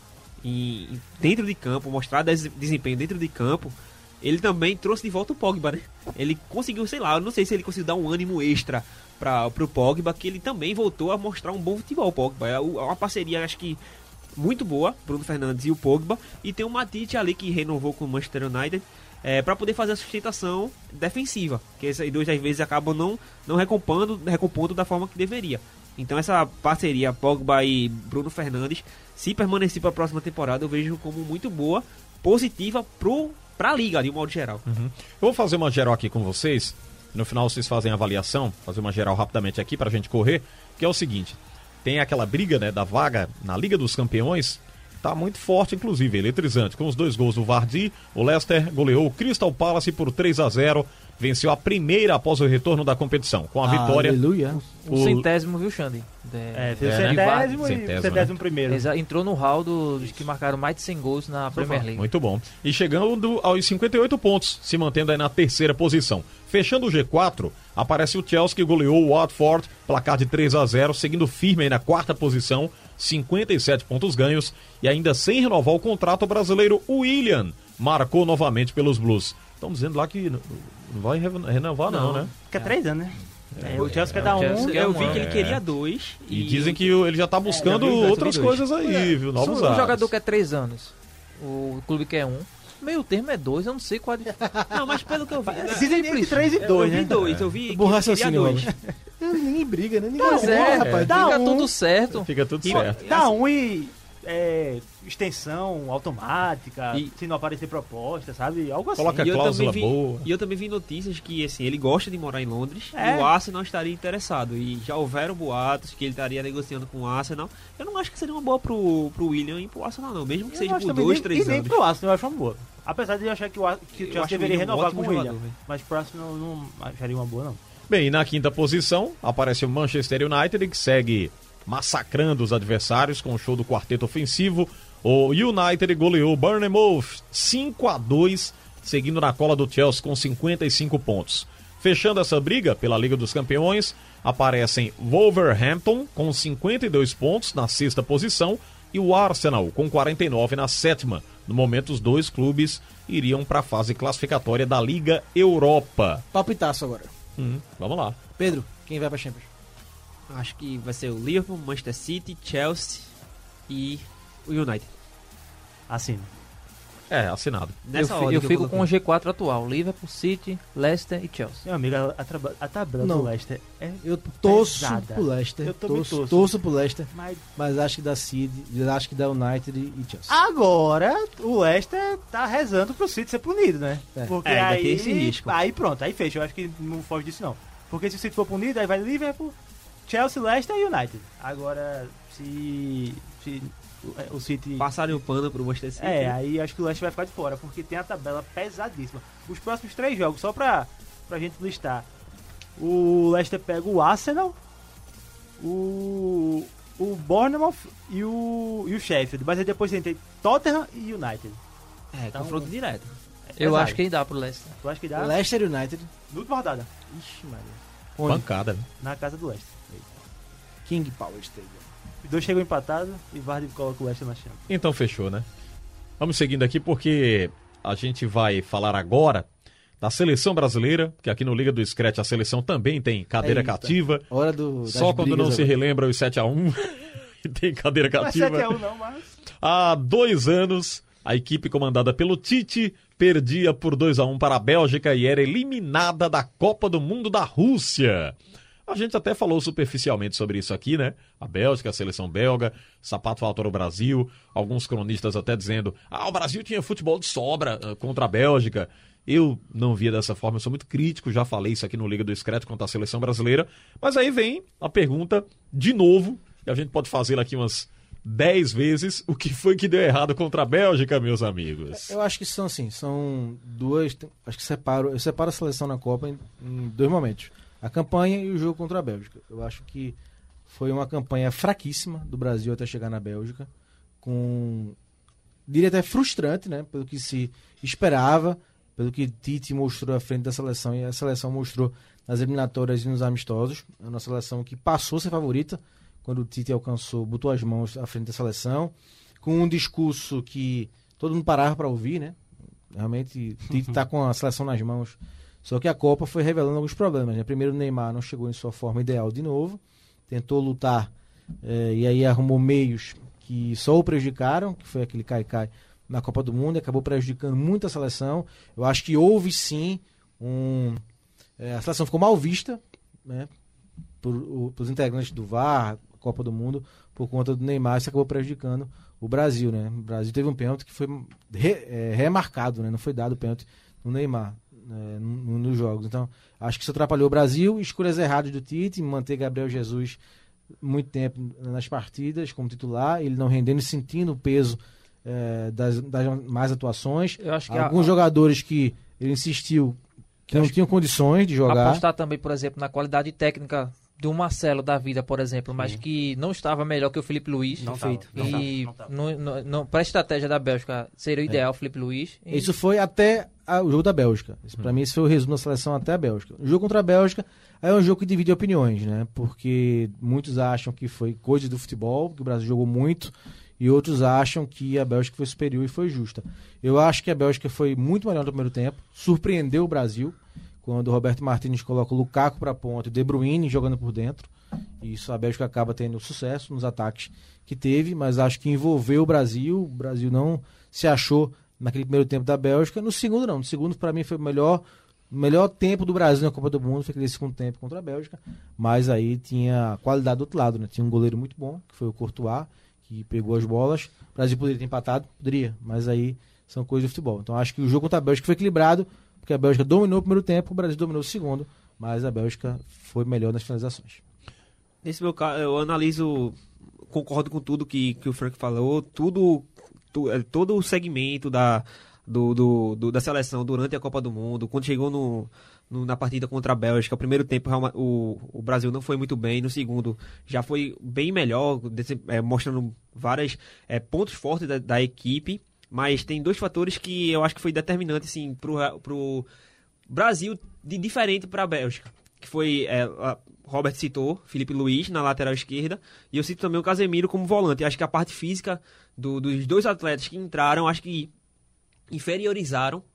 dentro de campo, mostrar desempenho dentro de campo, ele também trouxe de volta o Pogba, né? Ele conseguiu, sei lá, eu não sei se ele conseguiu dar um ânimo extra pro Pogba, que ele também voltou a mostrar um bom futebol, o Pogba. É uma parceria, acho que muito boa, Bruno Fernandes e o Pogba, e tem o Matite ali que renovou com o Manchester United para poder fazer a sustentação defensiva, que esses dois às vezes acabam não recompondo da forma que deveria. Então essa parceria Pogba e Bruno Fernandes, se permanecer para a próxima temporada, eu vejo como muito boa, positiva para a liga de um modo geral. Eu vou fazer uma geral aqui com vocês, no final vocês fazem a avaliação, fazer uma geral rapidamente aqui pra gente correr, que é o seguinte: tem aquela briga, né, da vaga na Liga dos Campeões, tá muito forte, inclusive, eletrizante. Com os 2 gols do Vardy, o Leicester goleou o Crystal Palace por 3-0, venceu a primeira após o retorno da competição. Com a vitória, Aleluia. O centésimo, viu, Xande? Fez o né? centésimo e Centésimo, o centésimo primeiro. Entrou no hall dos que marcaram mais de 100 gols na Premier League. muito bom. E chegando aos 58 pontos, se mantendo aí na terceira posição. Fechando o G4, aparece o Chelsea, que goleou o Watford, placar de 3-0, seguindo firme aí na quarta posição, 57 pontos ganhos, e ainda sem renovar o contrato, o brasileiro Willian marcou novamente pelos Blues. Estão dizendo lá que não vai renovar não, né? Fica 3 anos, né? O Chelsea quer dar Chelsea um. quer Eu vi que ele queria 2. E dizem que ele já tá buscando outras coisas aí, viu? Novos O ares. jogador quer 3 anos, o clube quer 1. Meio termo é 2, eu não sei qual é. Não, mas pelo que eu vi. Dizem entre 3 e 2, né? Eu vi que Bom ele queria raciocínio, 2. Ninguém briga, né? Ninguém Pois é, rapaz. dá fica um. tudo certo. Fica tudo certo. Dá um e extensão automática, E- se não aparecer proposta, sabe? Algo assim. Coloca E eu cláusula também vi- boa. E eu também vi notícias que assim, ele gosta de morar em Londres É. e o Arsenal estaria interessado. E já houveram boatos que ele estaria negociando com o Arsenal. Eu não acho que seria uma boa pro William e pro Arsenal, não. Mesmo que Eu seja acho por também 2, nem- 3 E nem anos. pro Arsenal eu acho uma boa. Apesar de eu achar que o Eu Chelsea acho deveria ele um renovar ótimo com o William. jogador, velho. Mas pro Arsenal eu não acharia uma boa, não. Bem, e na quinta posição aparece o Manchester United, que segue massacrando os adversários com o show do quarteto ofensivo. O United goleou o Bournemouth 5-2, seguindo na cola do Chelsea com 55 pontos. Fechando essa briga pela Liga dos Campeões, aparecem Wolverhampton com 52 pontos na sexta posição e o Arsenal com 49 na sétima. No momento, os 2 clubes iriam para a fase classificatória da Liga Europa. Palpitaço agora. Vamos lá. Pedro, quem vai pra Champions? Acho que vai ser o Liverpool, Manchester City, Chelsea e o United. Assim. Assinado. Nessa Eu ordem que fico com o coloquei. G4 atual: Liverpool, City, Leicester e Chelsea. Meu amigo, a tabela Não. do Leicester é Eu torço pesada. pro Leicester. Eu também torço. Torço pro Leicester, Mas mas acho que da City, acho que da United e Chelsea. agora o Leicester tá rezando pro City ser punido, né? É. Porque Ainda aí, tem esse risco. aí pronto, aí fecha. Eu acho que não foge disso não. Porque se o City for punido, aí vai Liverpool, Chelsea, Leicester e United. Agora, se o City... Passarem o pano pro Manchester City. Aí acho que o Leicester vai ficar de fora, porque tem a tabela pesadíssima. Os próximos 3 jogos, só pra gente listar. O Leicester pega o Arsenal, o Bournemouth e o Sheffield. Mas aí depois tem Tottenham e United. Confronto direto. Eu acho que dá pro Leicester. Tu acha que dá? Leicester United. Na última rodada. Ixi, Maria. Pancada, né? Na casa do Leicester. King Power Stadium. Os 2 chegam empatados e Vardy coloca o Leicester na chave. Então fechou, né? Vamos seguindo aqui porque a gente vai falar agora da seleção brasileira, que aqui no Liga do Scratch a seleção também tem cadeira cativa. Hora Só quando não se relembra os 7-1 e tem cadeira cativa. Não é 7-1 não, mas... Há 2 anos, a equipe comandada pelo Tite perdia por 2-1 para a Bélgica e era eliminada da Copa do Mundo da Rússia. A gente até falou superficialmente sobre isso aqui, né? A Bélgica, a seleção belga, sapato faltou no Brasil, alguns cronistas até dizendo o Brasil tinha futebol de sobra contra a Bélgica. Eu não via dessa forma, eu sou muito crítico, já falei isso aqui no Liga do Scratch contra a seleção brasileira. Mas aí vem a pergunta, de novo, e a gente pode fazê-la aqui umas 10 vezes, o que foi que deu errado contra a Bélgica, meus amigos? Eu acho que são assim, são 2, acho que eu separo a seleção na Copa em 2 momentos. A campanha e o jogo contra a Bélgica. Eu acho que foi uma campanha fraquíssima do Brasil até chegar na Bélgica, diria até frustrante, né, pelo que se esperava, pelo que Tite mostrou à frente da seleção e a seleção mostrou nas eliminatórias e nos amistosos. É uma seleção que passou a ser favorita quando o Tite botou as mãos à frente da seleção, com um discurso que todo mundo parava para ouvir, né? Realmente, Tite está com a seleção nas mãos. Só que a Copa foi revelando alguns problemas, né? Primeiro, o Neymar não chegou em sua forma ideal de novo, tentou lutar e aí arrumou meios que só o prejudicaram, que foi aquele cai-cai na Copa do Mundo, e acabou prejudicando muito a seleção. Eu acho que houve sim a seleção ficou mal vista, né, pelos integrantes do VAR, Copa do Mundo, por conta do Neymar. Isso acabou prejudicando o Brasil, né? O Brasil teve um pênalti que foi remarcado, né? Não foi dado o pênalti no Neymar nos jogos. Então, acho que isso atrapalhou o Brasil. Escolhas erradas do Tite, manter Gabriel Jesus muito tempo nas partidas como titular, ele não rendendo, sentindo o peso das mais atuações. Eu acho que alguns jogadores que ele insistiu que não tinham condições de jogar. Apostar também, por exemplo, na qualidade técnica do Marcelo da vida, por exemplo, mas que não estava melhor que o Felipe Luiz. Não feito. Para a estratégia da Bélgica seria o ideal o Felipe Luiz. Isso foi até o jogo da Bélgica. Para mim, esse foi o resumo da seleção até a Bélgica. O jogo contra a Bélgica é um jogo que divide opiniões, né? Porque muitos acham que foi coisa do futebol, que o Brasil jogou muito, e outros acham que a Bélgica foi superior e foi justa. Eu acho que a Bélgica foi muito melhor no primeiro tempo, surpreendeu o Brasil, quando o Roberto Martínez coloca o Lukaku para a ponta e o De Bruyne jogando por dentro. Isso a Bélgica acaba tendo sucesso nos ataques que teve, mas acho que envolveu o Brasil não se achou naquele primeiro tempo da Bélgica. No segundo não, no segundo para mim foi o melhor tempo do Brasil na Copa do Mundo, foi aquele segundo tempo contra a Bélgica, mas aí tinha qualidade do outro lado, né? Tinha um goleiro muito bom, que foi o Courtois, que pegou as bolas. O Brasil poderia ter empatado? Poderia, mas aí são coisas do futebol. Então acho que o jogo contra a Bélgica foi equilibrado, porque a Bélgica dominou o primeiro tempo, o Brasil dominou o segundo, mas a Bélgica foi melhor nas finalizações. Nesse meu caso, eu analiso, concordo com tudo que o Frank falou, todo o segmento da seleção durante a Copa do Mundo, quando chegou na partida contra a Bélgica, o primeiro tempo o Brasil não foi muito bem, no segundo já foi bem melhor, mostrando vários pontos fortes da equipe. Mas tem 2 fatores que eu acho que foi determinante assim, pro Brasil de diferente para a Bélgica. Que foi, Robert citou, Felipe Luiz na lateral esquerda, e eu cito também o Casemiro como volante. Eu acho que a parte física dos 2 atletas que entraram, acho que inferiorizaram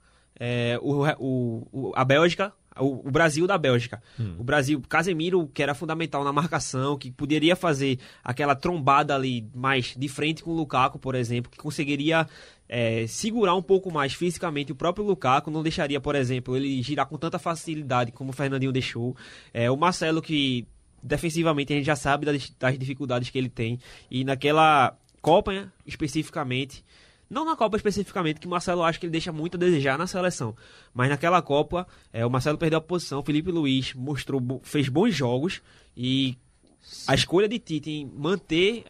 a Bélgica, o Brasil da Bélgica. O Brasil, Casemiro, que era fundamental na marcação, que poderia fazer aquela trombada ali mais de frente com o Lukaku, por exemplo, que conseguiria segurar um pouco mais fisicamente o próprio Lukaku, não deixaria, por exemplo, ele girar com tanta facilidade como o Fernandinho deixou. O Marcelo, que defensivamente a gente já sabe das dificuldades que ele tem, e naquela Copa especificamente, não na Copa especificamente, que o Marcelo acho que ele deixa muito a desejar na seleção, mas naquela Copa o Marcelo perdeu a posição, o Felipe Luiz fez bons jogos, e a escolha de Tite em manter,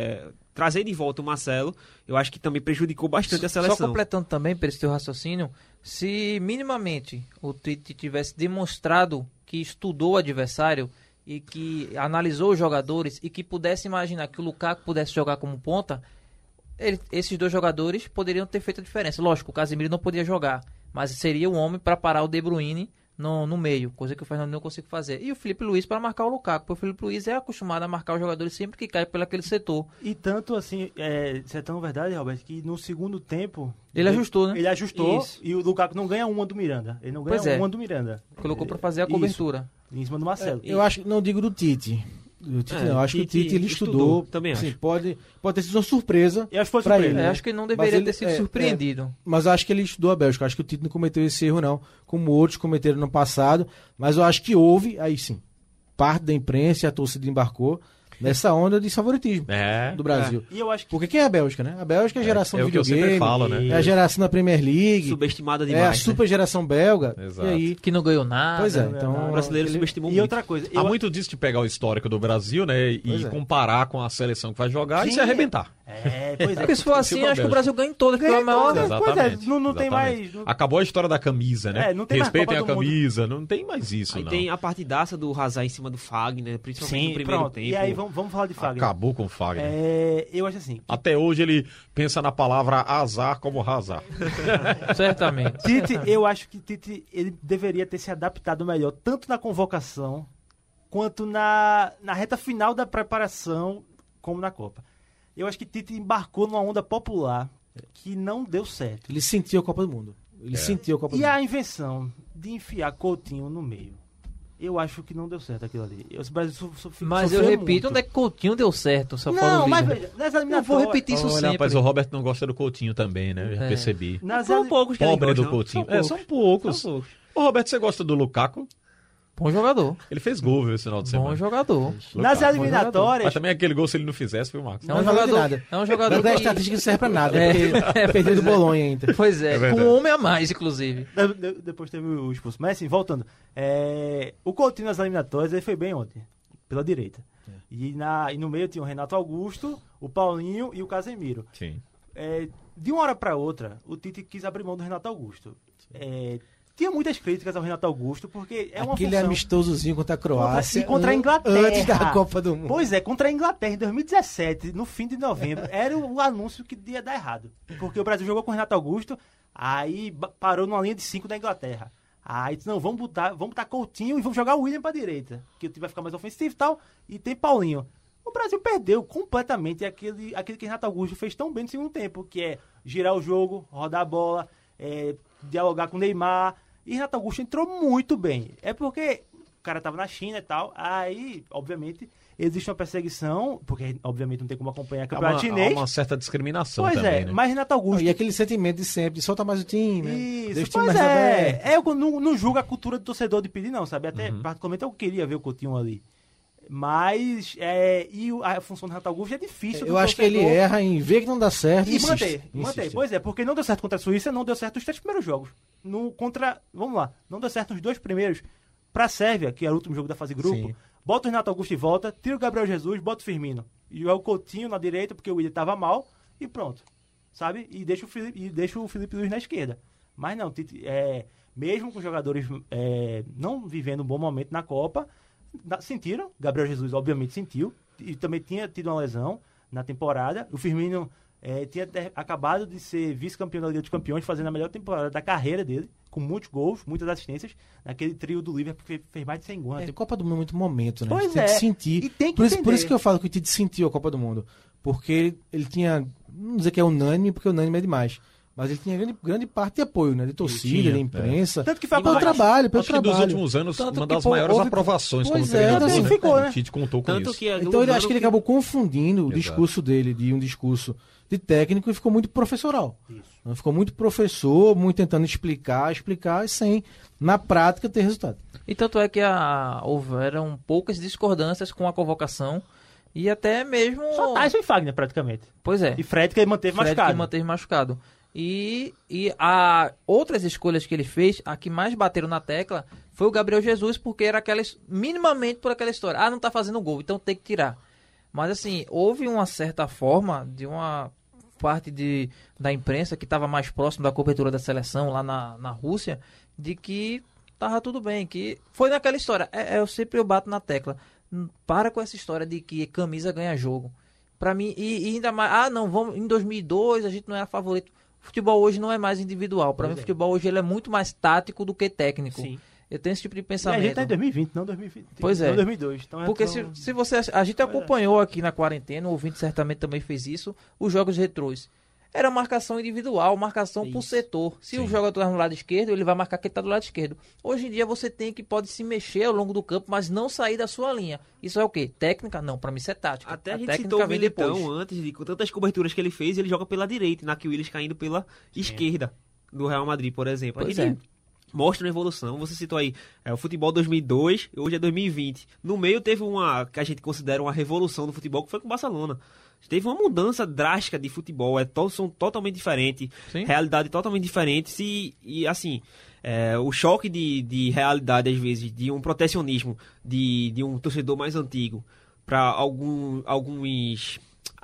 trazer de volta o Marcelo, eu acho que também prejudicou bastante a seleção. Só completando também, para esse teu raciocínio, se minimamente o Tite tivesse demonstrado que estudou o adversário e que analisou os jogadores e que pudesse imaginar que o Lukaku pudesse jogar como ponta, esses dois jogadores poderiam ter feito a diferença. Lógico, o Casemiro não podia jogar, mas seria um homem para parar o De Bruyne no meio, coisa que o Fernando não consegue fazer. E o Felipe Luiz para marcar o Lukaku, porque o Felipe Luiz é acostumado a marcar os jogadores sempre que cai pelo aquele setor. E tanto assim, isso é tão verdade, Roberto, que no segundo tempo... Ele ajustou, né? Ele ajustou. Isso. E o Lukaku não ganha uma do Miranda. Ele não ganha uma do Miranda. Colocou para fazer a cobertura. Isso, em cima do Marcelo. Eu acho, não digo do Tite. Eu acho que o Tite ele estudou. Também acho. Sim, pode ter sido uma surpresa para pra ele. ele. Acho que ele não deveria ter sido surpreendido. Mas eu acho que ele estudou a Bélgica. Eu acho que o Tite não cometeu esse erro, não. Como outros cometeram no passado. Mas eu acho que houve, aí sim, parte da imprensa e a torcida embarcou nessa onda de favoritismo do Brasil. E eu acho que... Porque quem é a Bélgica, né? A Bélgica é a geração de videogame. É o que eu sempre falo, né? É a geração da Premier League. Subestimada demais. É a super geração belga. Exato. E aí... Que não ganhou nada. Pois é, então... O brasileiro subestimou muito. E outra coisa... Há muito disso de pegar o histórico do Brasil, né? E comparar com a seleção que vai jogar e se arrebentar. Pois é. Porque se for assim, acho que o Brasil ganha em todas, porque é a maior... Exatamente. Não tem mais... Acabou a história da camisa, né? Não tem mais Respeitem a Copa do camisa, não tem mais isso, Aí não. tem a partidaça do Hazard em cima do Fagner, principalmente no primeiro tempo. E aí vamos falar de Fagner. Acabou com o Fagner. Eu acho assim... Até hoje ele pensa na palavra azar como razar. Certamente. Eu acho que Tite ele deveria ter se adaptado melhor, tanto na convocação, quanto na reta final da preparação, como na Copa. Eu acho que Tite embarcou numa onda popular que não deu certo. Ele sentiu a Copa do Mundo. Ele sentiu a Copa do E Mundo. a invenção de enfiar Coutinho no meio, eu acho que não deu certo aquilo ali. O Brasil Mas eu repito, onde é que Coutinho deu certo? Só não, mas vídeo. veja, nas Eu vou eliminatórias... repetir isso sempre. Rapaz, o Robert não gosta do Coutinho também, né? Eu já percebi. São poucos que ele Pobre gosta, do não. Coutinho. São São poucos. Ô, Roberto, você gosta do Lukaku? Bom jogador. Ele fez gol, viu, esse final de semana. Bom jogador. Nas eliminatórias... Mas também aquele gol, se ele não fizesse, foi o Marcos. É um Não vale jogador. nada. É um jogador. Não dá estatística que serve pra nada. Porque perdeu do Bolonha ainda. Pois é, verdade. com um homem a mais, inclusive. Depois teve o expulso. Mas assim, voltando. O Coutinho nas eliminatórias ele foi bem ontem, pela direita. E no meio tinha o Renato Augusto, o Paulinho e o Casemiro. Sim. De uma hora para outra, o Tite quis abrir mão do Renato Augusto. Tinha muitas críticas ao Renato Augusto, porque é uma Aquele função... amistosozinho contra a Croácia. E contra a Inglaterra. Antes da Copa do Mundo. Pois é, contra a Inglaterra em 2017, no fim de novembro, era o anúncio que ia dar errado. Porque o Brasil jogou com o Renato Augusto, aí parou numa linha de 5 da Inglaterra. Aí disse, não, vamos botar Coutinho e vamos jogar o William pra direita, que o time vai ficar mais ofensivo e tal, e tem Paulinho. O Brasil perdeu completamente aquele que Renato Augusto fez tão bem no segundo tempo, que é girar o jogo, rodar a bola, dialogar com o Neymar. E Renato Augusto entrou muito bem. É porque o cara tava na China e tal, aí, obviamente, existe uma perseguição, porque, obviamente, não tem como acompanhar o campeonato chinês. Há uma certa discriminação Pois também, né? Mas Renato Augusto... E aquele sentimento de sempre, de solta mais o time. Isso, Deixa o time pois mais aberto. Eu não julgo a cultura do torcedor de pedir, não, sabe? Até, particularmente, eu queria ver o Coutinho ali. Mas, a função do Renato Augusto é difícil. Eu acho que ele erra em ver que não dá certo E manter. Pois é, porque não deu certo contra a Suíça, não deu certo os 3 primeiros jogos. Vamos lá, não deu certo os 2 primeiros. Pra Sérvia, que era o último jogo da fase grupo, Sim. bota o Renato Augusto de volta, tira o Gabriel Jesus, bota o Firmino. E joga o Coutinho na direita, porque o Willian tava mal, e pronto. Sabe? E deixa o Felipe Luiz na esquerda. Mas não, mesmo com jogadores não vivendo um bom momento na Copa, sentiram. Gabriel Jesus, obviamente, sentiu. E também tinha tido uma lesão na temporada. O Firmino tinha acabado de ser vice-campeão da Liga dos Campeões, fazendo a melhor temporada da carreira dele, com muitos gols, muitas assistências, naquele trio do Liverpool que fez mais de 100 gols. Copa do Mundo é muito momento, né? Pois tem que sentir. E tem que por isso que eu falo que o Tite sentiu a Copa do Mundo. Porque ele tinha, não dizer que é unânime, porque unânime é demais, mas ele tinha grande parte de apoio, né? De torcida, de imprensa. Tanto que foi pelo trabalho, pelo Acho que trabalho. dos últimos anos, Tanto uma que, das pô, maiores houve- aprovações Pois como é, treinador, assim, né? ficou, né? O Tite contou com Tanto isso. que Então eu acho que ele acabou confundindo o discurso dele de um discurso de técnico e ficou muito professoral. Isso. Ficou muito professor, muito tentando explicar e sem, na prática, ter resultado. E tanto é que houveram poucas discordâncias com a convocação e até mesmo... Só Tyson e Fagner, praticamente. Pois é. E Fred, que ele manteve machucado. Que manteve machucado. E há outras escolhas que ele fez, a que mais bateram na tecla foi o Gabriel Jesus, porque era minimamente por aquela história. Ah, não tá fazendo gol, então tem que tirar. Mas assim, houve uma certa forma de uma parte da imprensa que estava mais próximo da cobertura da seleção lá na Rússia, de que tava tudo bem, que foi naquela história. Eu bato na tecla. Para com essa história de que camisa ganha jogo. Pra mim, e ainda mais, vamos, em 2002 a gente não era favorito. O futebol hoje não é mais individual. Pra mim, o futebol hoje ele é muito mais tático do que técnico. Sim. Eu tenho esse tipo de pensamento. E a gente tá em 2020, não 2020. Pois é. Não 2002. Então porque se você... A gente acompanhou aqui na quarentena, o ouvinte certamente também fez isso, os jogos retrôs. Era marcação individual, marcação por setor. Se o jogador está no lado esquerdo, ele vai marcar quem está do lado esquerdo. Hoje em dia você pode se mexer ao longo do campo, mas não sair da sua linha. Isso é o quê? Técnica? Não, para mim isso é tática. Até a gente citou o Militão antes, com tantas coberturas que ele fez, ele joga pela direita, na que o Willis caindo pela esquerda do Real Madrid, por exemplo. Pois é. Mostra uma evolução. Você citou aí o futebol 2002, hoje é 2020. No meio teve uma que a gente considera uma revolução do futebol, que foi com o Barcelona. Teve uma mudança drástica de futebol, são totalmente diferentes, realidade totalmente diferentes e assim, o choque de realidade às vezes, de um protecionismo de um torcedor mais antigo para alguns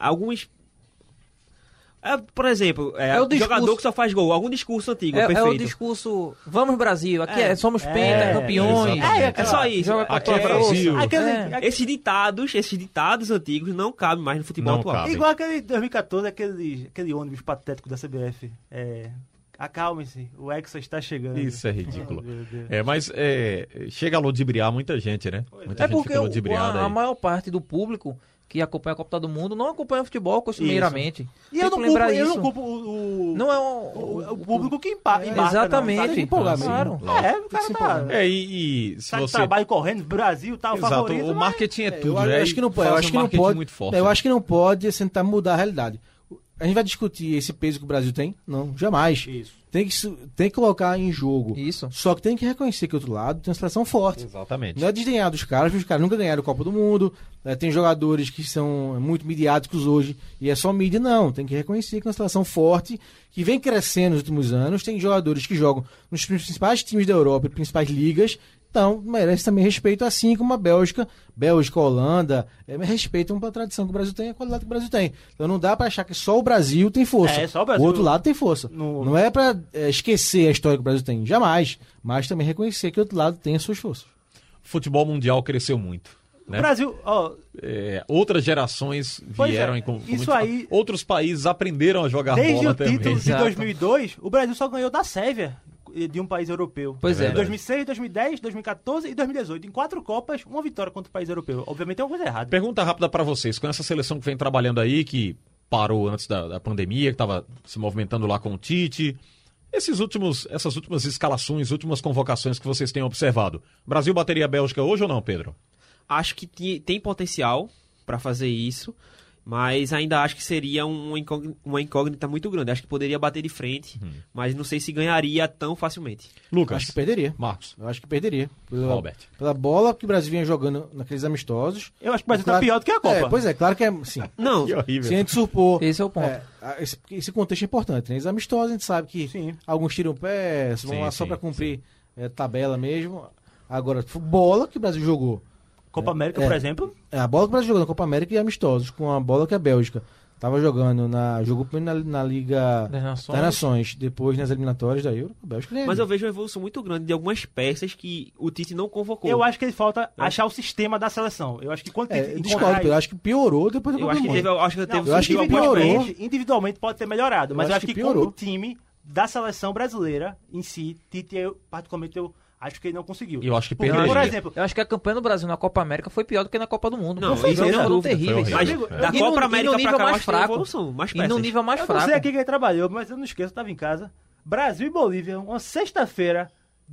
por exemplo, jogador que só faz gol, algum discurso antigo, perfeito. É o discurso, vamos Brasil, aqui somos campeões. É só isso. Aqui é Brasil. Esses ditados antigos não cabem mais no futebol atual. Cabe. Igual aquele 2014, aquele ônibus patético da CBF. Acalme-se, o Hexa está chegando. Isso é ridículo. Mas chega a ludibriar muita gente, né? Muita gente porque fica ludibriada a maior parte do público que acompanha a Copa do Mundo não acompanha o futebol costumeiramente. E eu não culpo o público que embarca. Exatamente. Claro. Se você trabalha correndo, Brasil tá o favorito. O marketing é tudo. Eu acho que não pode. Eu acho que não pode tentar mudar a realidade. A gente vai discutir esse peso que o Brasil tem? Não, jamais. Isso. Tem que colocar em jogo. Isso. Só que tem que reconhecer que o outro lado tem uma seleção forte. Exatamente. Não é desdenhar dos caras, porque os caras nunca ganharam a Copa do Mundo. Tem jogadores que são muito midiáticos hoje e é só mídia, não. Tem que reconhecer que é uma seleção forte, que vem crescendo nos últimos anos. Tem jogadores que jogam nos principais times da Europa e principais ligas. Então, merece também respeito, assim como a Bélgica, Holanda, respeitam a tradição que o Brasil tem e a qualidade que o Brasil tem. Então não dá para achar que só o Brasil tem força. Só o Brasil. O outro lado tem força. Não é para esquecer a história que o Brasil tem, jamais. Mas também reconhecer que o outro lado tem as suas forças. O futebol mundial cresceu muito. Né? O Brasil... outras gerações vieram outros países aprenderam a jogar bola também. Desde o título de 2002, o Brasil só ganhou da Sérvia, de um país europeu. Pois é. Em 2006, 2010, 2014 e 2018. Em 4 Copas, uma vitória contra o país europeu. Obviamente tem uma coisa errada. Pergunta rápida pra vocês. Com essa seleção que vem trabalhando aí, que parou antes da pandemia, que estava se movimentando lá com o Tite, essas últimas escalações, últimas convocações que vocês têm observado, o Brasil bateria a Bélgica hoje ou não, Pedro? Acho que tem potencial pra fazer isso. Mas ainda acho que seria uma incógnita muito grande. Acho que poderia bater de frente, mas não sei se ganharia tão facilmente. Lucas. Acho que perderia. Marcos. Eu acho que perderia. Robert. Pela bola que o Brasil vinha jogando naqueles amistosos. Eu acho que o Brasil tá pior do que a Copa. Pois é, claro que é. Sim. Não. Que horrível. Se a gente supor. Esse é o ponto. Esse contexto é importante. Né? Os amistosos a gente sabe que alguns tiram o pé, vão lá só para cumprir tabela mesmo. Agora, bola que o Brasil jogou. Copa América, por exemplo. A bola que o Brasil jogou na Copa América e amistosos, com a bola que a Bélgica estava jogando jogou na Liga das Nações, depois nas eliminatórias da Euro, a Bélgica ganhou. Mas eu vejo uma evolução muito grande de algumas peças que o Tite não convocou. Eu acho que ele falta achar o sistema da seleção. Eu acho que quando eu acho que piorou depois da Copa do Mundo. Eu acho que piorou. Individualmente pode ter melhorado, mas eu acho que como o time da seleção brasileira em si, Tite, particularmente, acho que ele não conseguiu. Eu acho que perderia. Por exemplo, eu acho que a campanha do Brasil na Copa América foi pior do que na Copa do Mundo. Não, foi terrível. Mas da Copa América pra cá, mais fraco. E no nível mais fraco. Eu não sei aqui quem trabalhou, mas eu não esqueço, eu estava em casa. Brasil e Bolívia, uma sexta-feira,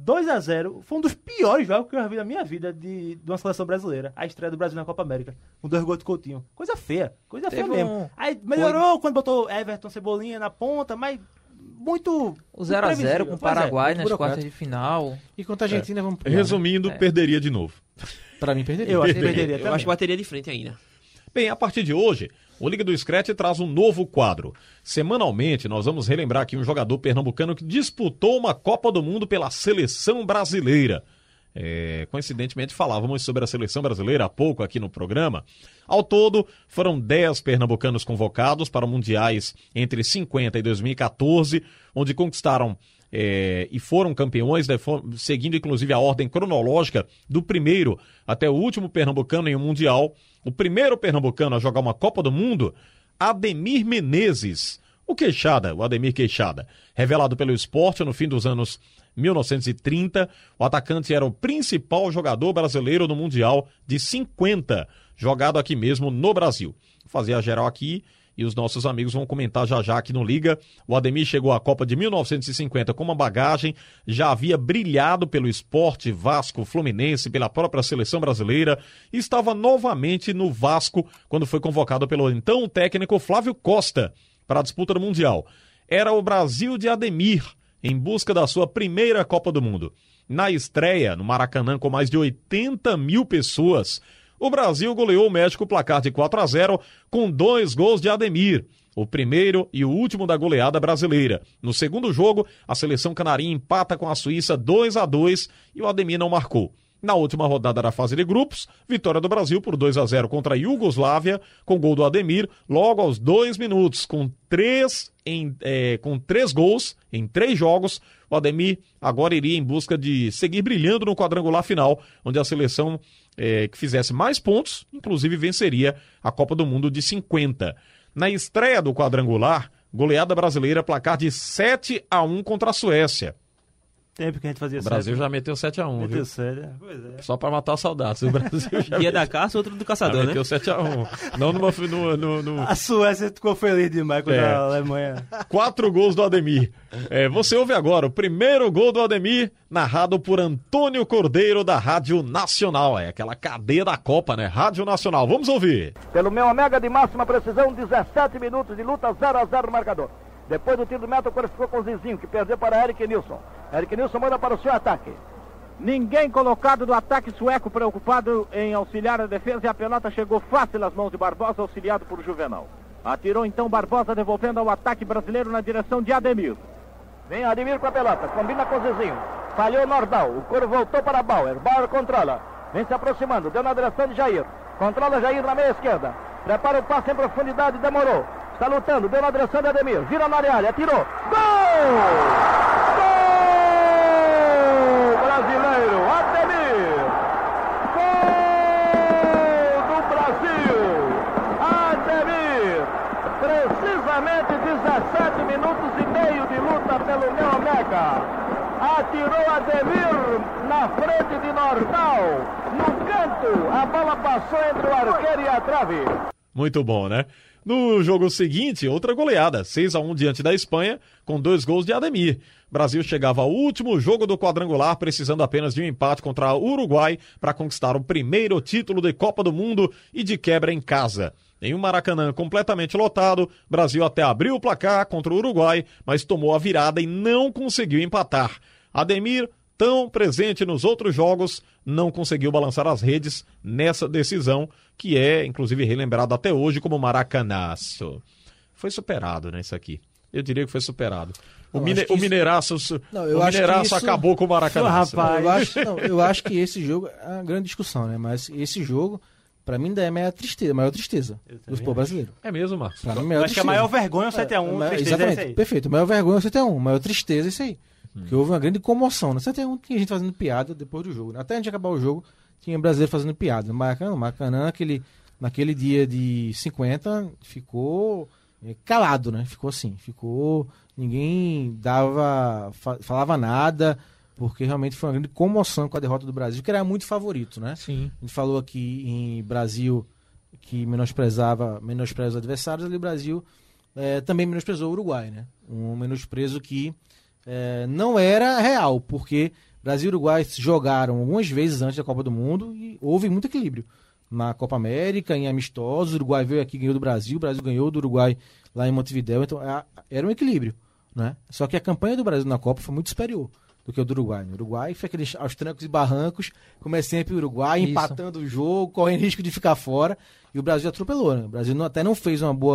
2-0. Foi um dos piores jogos que eu já vi na minha vida de uma seleção brasileira. A estreia do Brasil na Copa América. Com 2 gols de Coutinho. Coisa feia mesmo. Aí melhorou quando botou Everton, Cebolinha na ponta, mas... muito o 0-0 com o Paraguai nas quartas de final. E contra a Argentina, vamos pular, resumindo, perderia de novo. Pra mim, perderia. Eu acho que perderia. Eu acho que bateria de frente ainda. Bem, a partir de hoje, o Liga do Scratch traz um novo quadro. Semanalmente, nós vamos relembrar aqui um jogador pernambucano que disputou uma Copa do Mundo pela seleção brasileira. Coincidentemente, falávamos sobre a seleção brasileira há pouco aqui no programa. Ao todo, foram 10 pernambucanos convocados para mundiais entre 50 e 2014, onde conquistaram e foram campeões, né, seguindo inclusive a ordem cronológica do primeiro até o último pernambucano em um mundial. O primeiro pernambucano a jogar uma Copa do Mundo, Ademir Menezes, o Ademir Queixada, revelado pelo Sport no fim dos anos 1930, o atacante era o principal jogador brasileiro no Mundial de 50, jogado aqui mesmo no Brasil. Vou fazer a geral aqui e os nossos amigos vão comentar já aqui no Liga. O Ademir chegou à Copa de 1950 com uma bagagem, já havia brilhado pelo Sport, Vasco, Fluminense, pela própria seleção brasileira e estava novamente no Vasco quando foi convocado pelo então técnico Flávio Costa para a disputa do Mundial. Era o Brasil de Ademir, em busca da sua primeira Copa do Mundo. Na estreia, no Maracanã, com mais de 80 mil pessoas, o Brasil goleou o México placar de 4-0 com 2 gols de Ademir, o primeiro e o último da goleada brasileira. No segundo jogo, a seleção canarinha empata com a Suíça 2-2 e o Ademir não marcou. Na última rodada da fase de grupos, vitória do Brasil por 2-0 contra a Iugoslávia, com gol do Ademir, logo aos 2 minutos, com 3 gols em 3 jogos. O Ademir agora iria em busca de seguir brilhando no quadrangular final, onde a seleção que fizesse mais pontos, inclusive venceria a Copa do Mundo de 50. Na estreia do quadrangular, goleada brasileira, placar de 7-1 contra a Suécia. Tempo que a gente fazia O Brasil já meteu 7-1, meteu viu? 7, pois é. Só pra matar saudades. O Brasil já Dia da caça, outro do caçador, né? meteu 7-1. Não no... A Suécia ficou feliz demais quando a Alemanha... 4 gols do Ademir. Você ouve agora o primeiro gol do Ademir, narrado por Antônio Cordeiro, da Rádio Nacional. É aquela cadeia da Copa, né? Rádio Nacional. Vamos ouvir. Pelo meu Omega de máxima precisão, 17 minutos de luta, 0-0 no marcador. Depois do tiro do meta, o Corinthians ficou com o Zizinho, que perdeu para Eric Nilsson. Eric Nilsson manda para o seu ataque. Ninguém colocado do ataque sueco, preocupado em auxiliar a defesa, e a pelota chegou fácil nas mãos de Barbosa, auxiliado por Juvenal. Atirou então Barbosa, devolvendo ao ataque brasileiro na direção de Ademir. Vem Ademir com a pelota, combina com o Zizinho. Falhou Nordal, o Coro voltou para Bauer. Bauer controla, vem se aproximando, deu na direção de Jair. Controla Jair na meia esquerda. Prepara o passe em profundidade, demorou. Está lutando, deu na direção de Ademir. Vira na área, atirou. Gol! Gol! Brasileiro, Ademir! Gol do Brasil! Ademir! Precisamente 17 minutos e meio de luta pelo meu Omega. Atirou Ademir na frente de Nordal. No canto, a bola passou entre o arqueiro e a trave. Muito bom, né? No jogo seguinte, outra goleada, 6-1 diante da Espanha, com 2 gols de Ademir. Brasil chegava ao último jogo do quadrangular, precisando apenas de um empate contra o Uruguai para conquistar o primeiro título de Copa do Mundo e de quebra em casa. Em um Maracanã completamente lotado, Brasil até abriu o placar contra o Uruguai, mas tomou a virada e não conseguiu empatar. Ademir, tão presente nos outros jogos, não conseguiu balançar as redes nessa decisão, que é, inclusive, relembrado até hoje como Maracanaço. Foi superado, né, isso aqui. Eu diria que foi superado. O Mineiraço acabou com o Maracanaço. Eu acho que esse jogo é uma grande discussão, né? Mas esse jogo, pra mim, ainda é a maior tristeza do futebol brasileiro. É mesmo, Marcos? Pra mim, acho que a maior vergonha é o 7-1. Exatamente, é perfeito. A maior vergonha é o 7-1. A maior tristeza é isso aí. Que houve uma grande comoção. No 7-1 tinha gente fazendo piada depois do jogo. Até antes de acabar o jogo, tinha brasileiro fazendo piada. No Maracanã, naquele dia de 50, ficou calado, né? Ficou assim. Ninguém falava nada, porque realmente foi uma grande comoção com a derrota do Brasil, que era muito favorito, né? Sim. A gente falou aqui em Brasil que menospreza os adversários, ali o Brasil também menosprezou o Uruguai, né? Um menosprezo que não era real, porque Brasil e Uruguai jogaram algumas vezes antes da Copa do Mundo e houve muito equilíbrio. Na Copa América, em amistosos, o Uruguai veio aqui e ganhou do Brasil, o Brasil ganhou do Uruguai lá em Montevidéu, então era um equilíbrio, né? Só que a campanha do Brasil na Copa foi muito superior do que o do Uruguai. O Uruguai foi aos trancos e barrancos, como é sempre o Uruguai, empatando o jogo, correndo risco de ficar fora, e o Brasil atropelou, né? O Brasil até não fez uma boa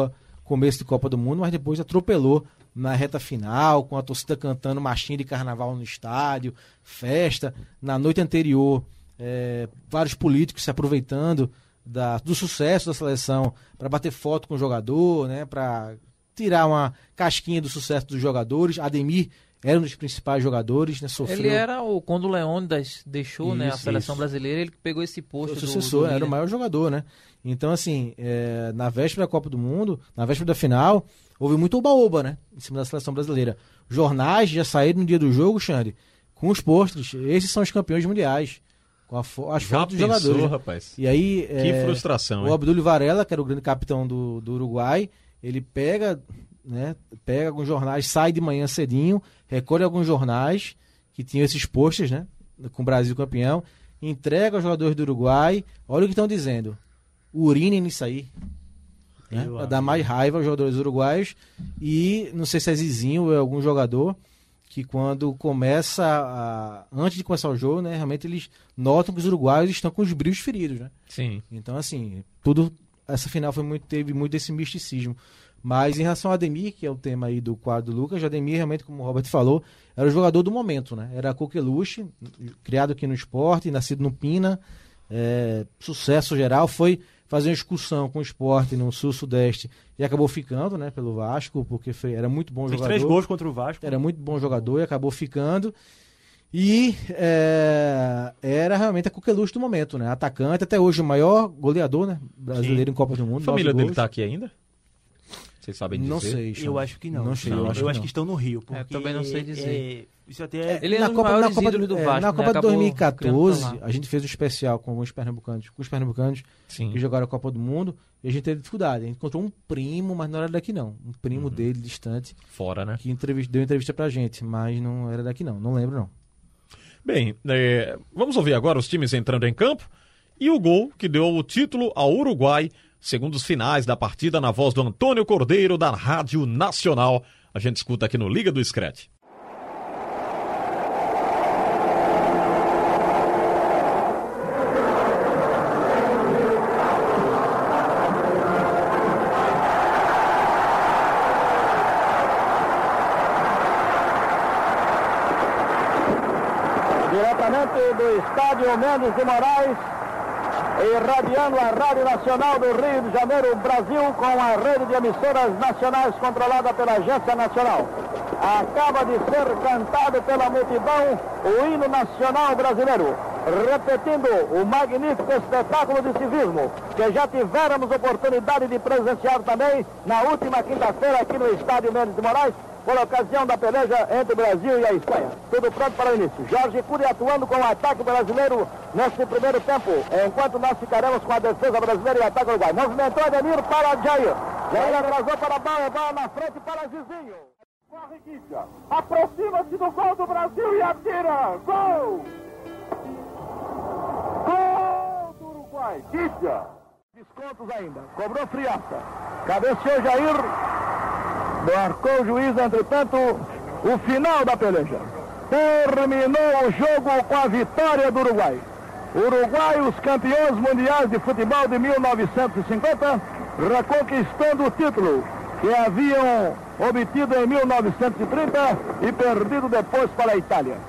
começo de Copa do Mundo, mas depois atropelou na reta final, com a torcida cantando marchinha de carnaval no estádio, festa. Na noite anterior, vários políticos se aproveitando do sucesso da seleção para bater foto com o jogador, né, para tirar uma casquinha do sucesso dos jogadores. Ademir era um dos principais jogadores, né, sofreu... Ele era quando o Leônidas deixou, né, a seleção brasileira, ele pegou esse posto do sucessor, era o maior jogador, né? Então, assim, na véspera da Copa do Mundo, na véspera da final, houve muito oba-oba, né, em cima da seleção brasileira. Jornais já saíram no dia do jogo, Xande, com os pôsteres. Esses são os campeões mundiais, com as fotos dos jogadores. Rapaz. E aí, que frustração, o Abdul Varela, que era o grande capitão do Uruguai, ele pega alguns jornais, sai de manhã cedinho, recolhe alguns jornais que tinham esses posters, né, com o Brasil campeão, entrega aos jogadores do Uruguai. Olha o que estão dizendo: urinem nisso aí, né, para dar mais raiva aos jogadores uruguaios. E não sei se é Zizinho ou é algum jogador que, quando antes de começar o jogo, né, realmente eles notam que os uruguaios estão com os brilhos feridos, né? Sim. Então, assim, essa final teve muito desse misticismo. Mas em relação ao Ademir, que é o tema aí do quadro do Lucas, o Ademir realmente, como o Robert falou, era o jogador do momento, né? Era coqueluche, criado aqui no Sport, nascido no Pina, sucesso geral, foi fazer uma excursão com o Sport no Sul-Sudeste e acabou ficando, né, pelo Vasco, porque era muito bom jogador. Fez 3 gols contra o Vasco. Era muito bom jogador e acabou ficando. E era realmente a coqueluche do momento, né? Atacante, até hoje o maior goleador, né, brasileiro. Sim. Em Copa do Mundo. A família dele tá aqui ainda? Vocês sabem dizer? Não sei. Eu acho que não. Eu acho que estão no Rio. Eu também não sei dizer. Isso até ele é um dos maiores ídolos do Vasco. Na Copa de 2014, a gente fez um especial com os pernambucanos Sim. que jogaram a Copa do Mundo, e a gente teve dificuldade. A gente encontrou um primo, mas não era daqui não. Um primo dele, distante. Fora, né? Que deu entrevista pra gente, mas não era daqui não. Não lembro não. Bem, vamos ouvir agora os times entrando em campo e o gol que deu o título ao Uruguai, segundos finais da partida, na voz do Antônio Cordeiro, da Rádio Nacional. A gente escuta aqui no Liga do Scratch. Diretamente do estádio Mendes de Moraes, irradiando a Rádio Nacional do Rio de Janeiro, Brasil, com a rede de emissoras nacionais controlada pela Agência Nacional. Acaba de ser cantado pela multidão o hino nacional brasileiro, repetindo o magnífico espetáculo de civismo que já tivemos oportunidade de presenciar também na última quinta-feira aqui no estádio Mendes de Moraes, por ocasião da peleja entre o Brasil e a Espanha. Tudo pronto para o início. Jorge Cury atuando com o ataque brasileiro nesse primeiro tempo, enquanto nós ficaremos com a defesa brasileira e o ataque uruguai. Movimentou Ademir para Jair. Jair atrasou para a bola na frente para Zizinho. Corre Kitia, aproxima-se do gol do Brasil e atira. Gol! Gol do Uruguai. Kitia. Descontos ainda. Cobrou Friaça. Cabeceou Jair. Marcou o juiz, entretanto, o final da peleja. Terminou o jogo com a vitória do Uruguai. Uruguai, os campeões mundiais de futebol de 1950, reconquistando o título que haviam obtido em 1930 e perdido depois para a Itália.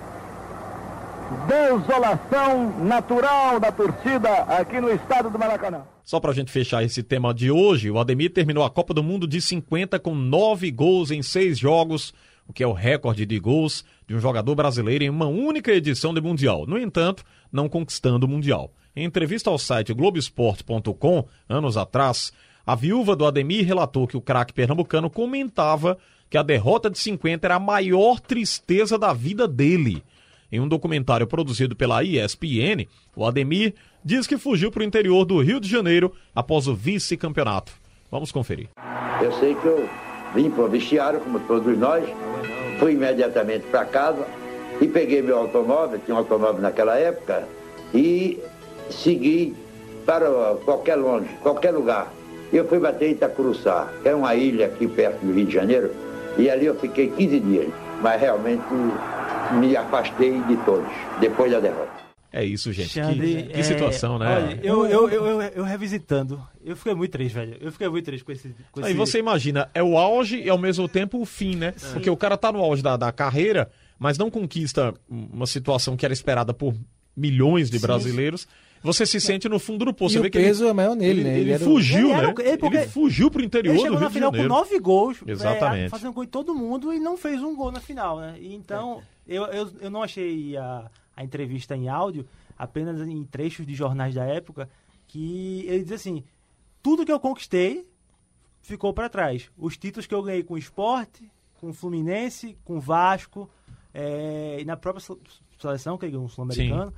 Desolação natural da torcida aqui no estádio do Maracanã. Só pra gente fechar esse tema de hoje, o Ademir terminou a Copa do Mundo de 50 com 9 gols em 6 jogos, o que é o recorde de gols de um jogador brasileiro em uma única edição de Mundial. No entanto, não conquistando o Mundial. Em entrevista ao site Globoesporte.com, anos atrás, a viúva do Ademir relatou que o craque pernambucano comentava que a derrota de 50 era a maior tristeza da vida dele. Em um documentário produzido pela ESPN, o Ademir diz que fugiu para o interior do Rio de Janeiro após o vice-campeonato. Vamos conferir. Eu sei que eu vim para o vestiário, como todos nós, fui imediatamente para casa e peguei meu automóvel, tinha um automóvel naquela época, e segui para qualquer lugar. Eu fui bater em Itacuruçá, que é uma ilha aqui perto do Rio de Janeiro, e ali eu fiquei 15 dias, mas realmente me afastei de todos, depois da derrota. É isso, gente. Xande, que situação, né? Olha, eu revisitando, eu fiquei muito triste, velho. Eu fiquei muito triste com esse... Aí você imagina, é o auge e ao mesmo tempo o fim, né? Porque o cara tá no auge da carreira, mas não conquista uma situação que era esperada por milhões de brasileiros. Você se sente no fundo do poço. E você o vê que peso é maior nele, né? Ele fugiu, né? Ele fugiu pro interior do Rio de Janeiro. Ele chegou na final com 9 gols. Exatamente. Fazendo gol em todo mundo e não fez um gol na final, né? E então, eu não achei a entrevista em áudio, apenas em trechos de jornais da época, que ele diz assim, tudo que eu conquistei ficou para trás. Os títulos que eu ganhei com o Sport, com o Fluminense, com o Vasco, e na própria seleção, que é um sul-americano,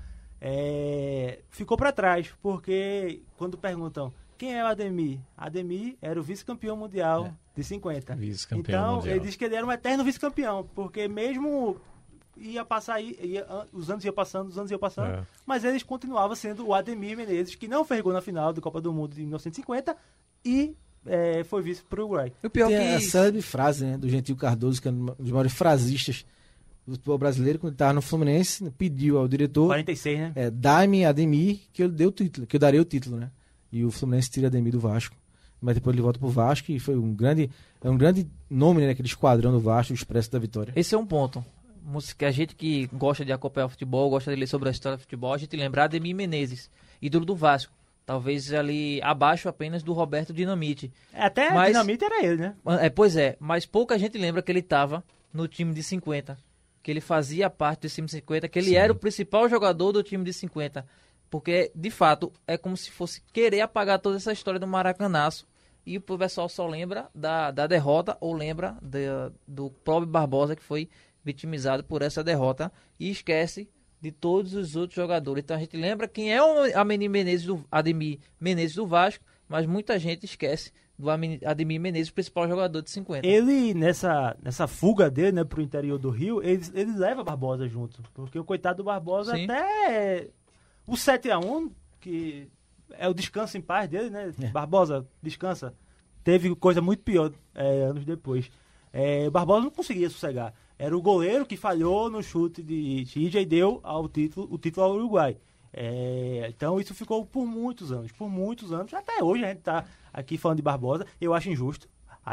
ficou para trás, porque quando perguntam quem é o Ademir? Ademir era o vice-campeão mundial de 50. Então, mundial. Ele diz que ele era um eterno vice-campeão, porque mesmo ia passar, os anos iam passando, mas eles continuavam sendo o Ademir Menezes, que não fez gol na final da Copa do Mundo de 1950 e foi vice pro Uruguai. O pior tem a célebre frase, né, do Gentil Cardoso, que é um dos maiores frasistas do futebol brasileiro, quando estava no Fluminense, pediu ao diretor 46, né? Dá-me Ademir que eu darei o título, né? E o Fluminense tira Ademir do Vasco, mas depois ele volta pro Vasco e foi um grande nome, né, aquele esquadrão do Vasco, o Expresso da Vitória. Esse é um ponto. Que a gente que gosta de acompanhar o futebol, gosta de ler sobre a história do futebol, a gente lembra Ademir Menezes, ídolo do Vasco. Talvez ali abaixo apenas do Roberto Dinamite. Até Dinamite era ele, né? Pois é, mas pouca gente lembra que ele estava no time de 50. Que ele fazia parte do time de 50, que ele era o principal jogador do time de 50. Porque, de fato, é como se fosse querer apagar toda essa história do Maracanaço. E o pessoal só lembra da derrota ou lembra do Clóvis Barbosa, que foi vitimizado por essa derrota, e esquece de todos os outros jogadores. Então a gente lembra quem é o Ademir Menezes do Vasco, mas muita gente esquece do Ademir Menezes, o principal jogador de 50. Ele, nessa fuga dele, né, pro interior do Rio, ele leva Barbosa junto, porque o coitado do Barbosa até o 7-1, que é o descanso em paz dele, né? Barbosa, descansa. Teve coisa muito pior anos depois. O Barbosa não conseguia sossegar. Era o goleiro que falhou no chute de Chija e deu o título ao Uruguai. Então isso ficou por muitos anos. Até hoje a gente está aqui falando de Barbosa. Eu acho injusto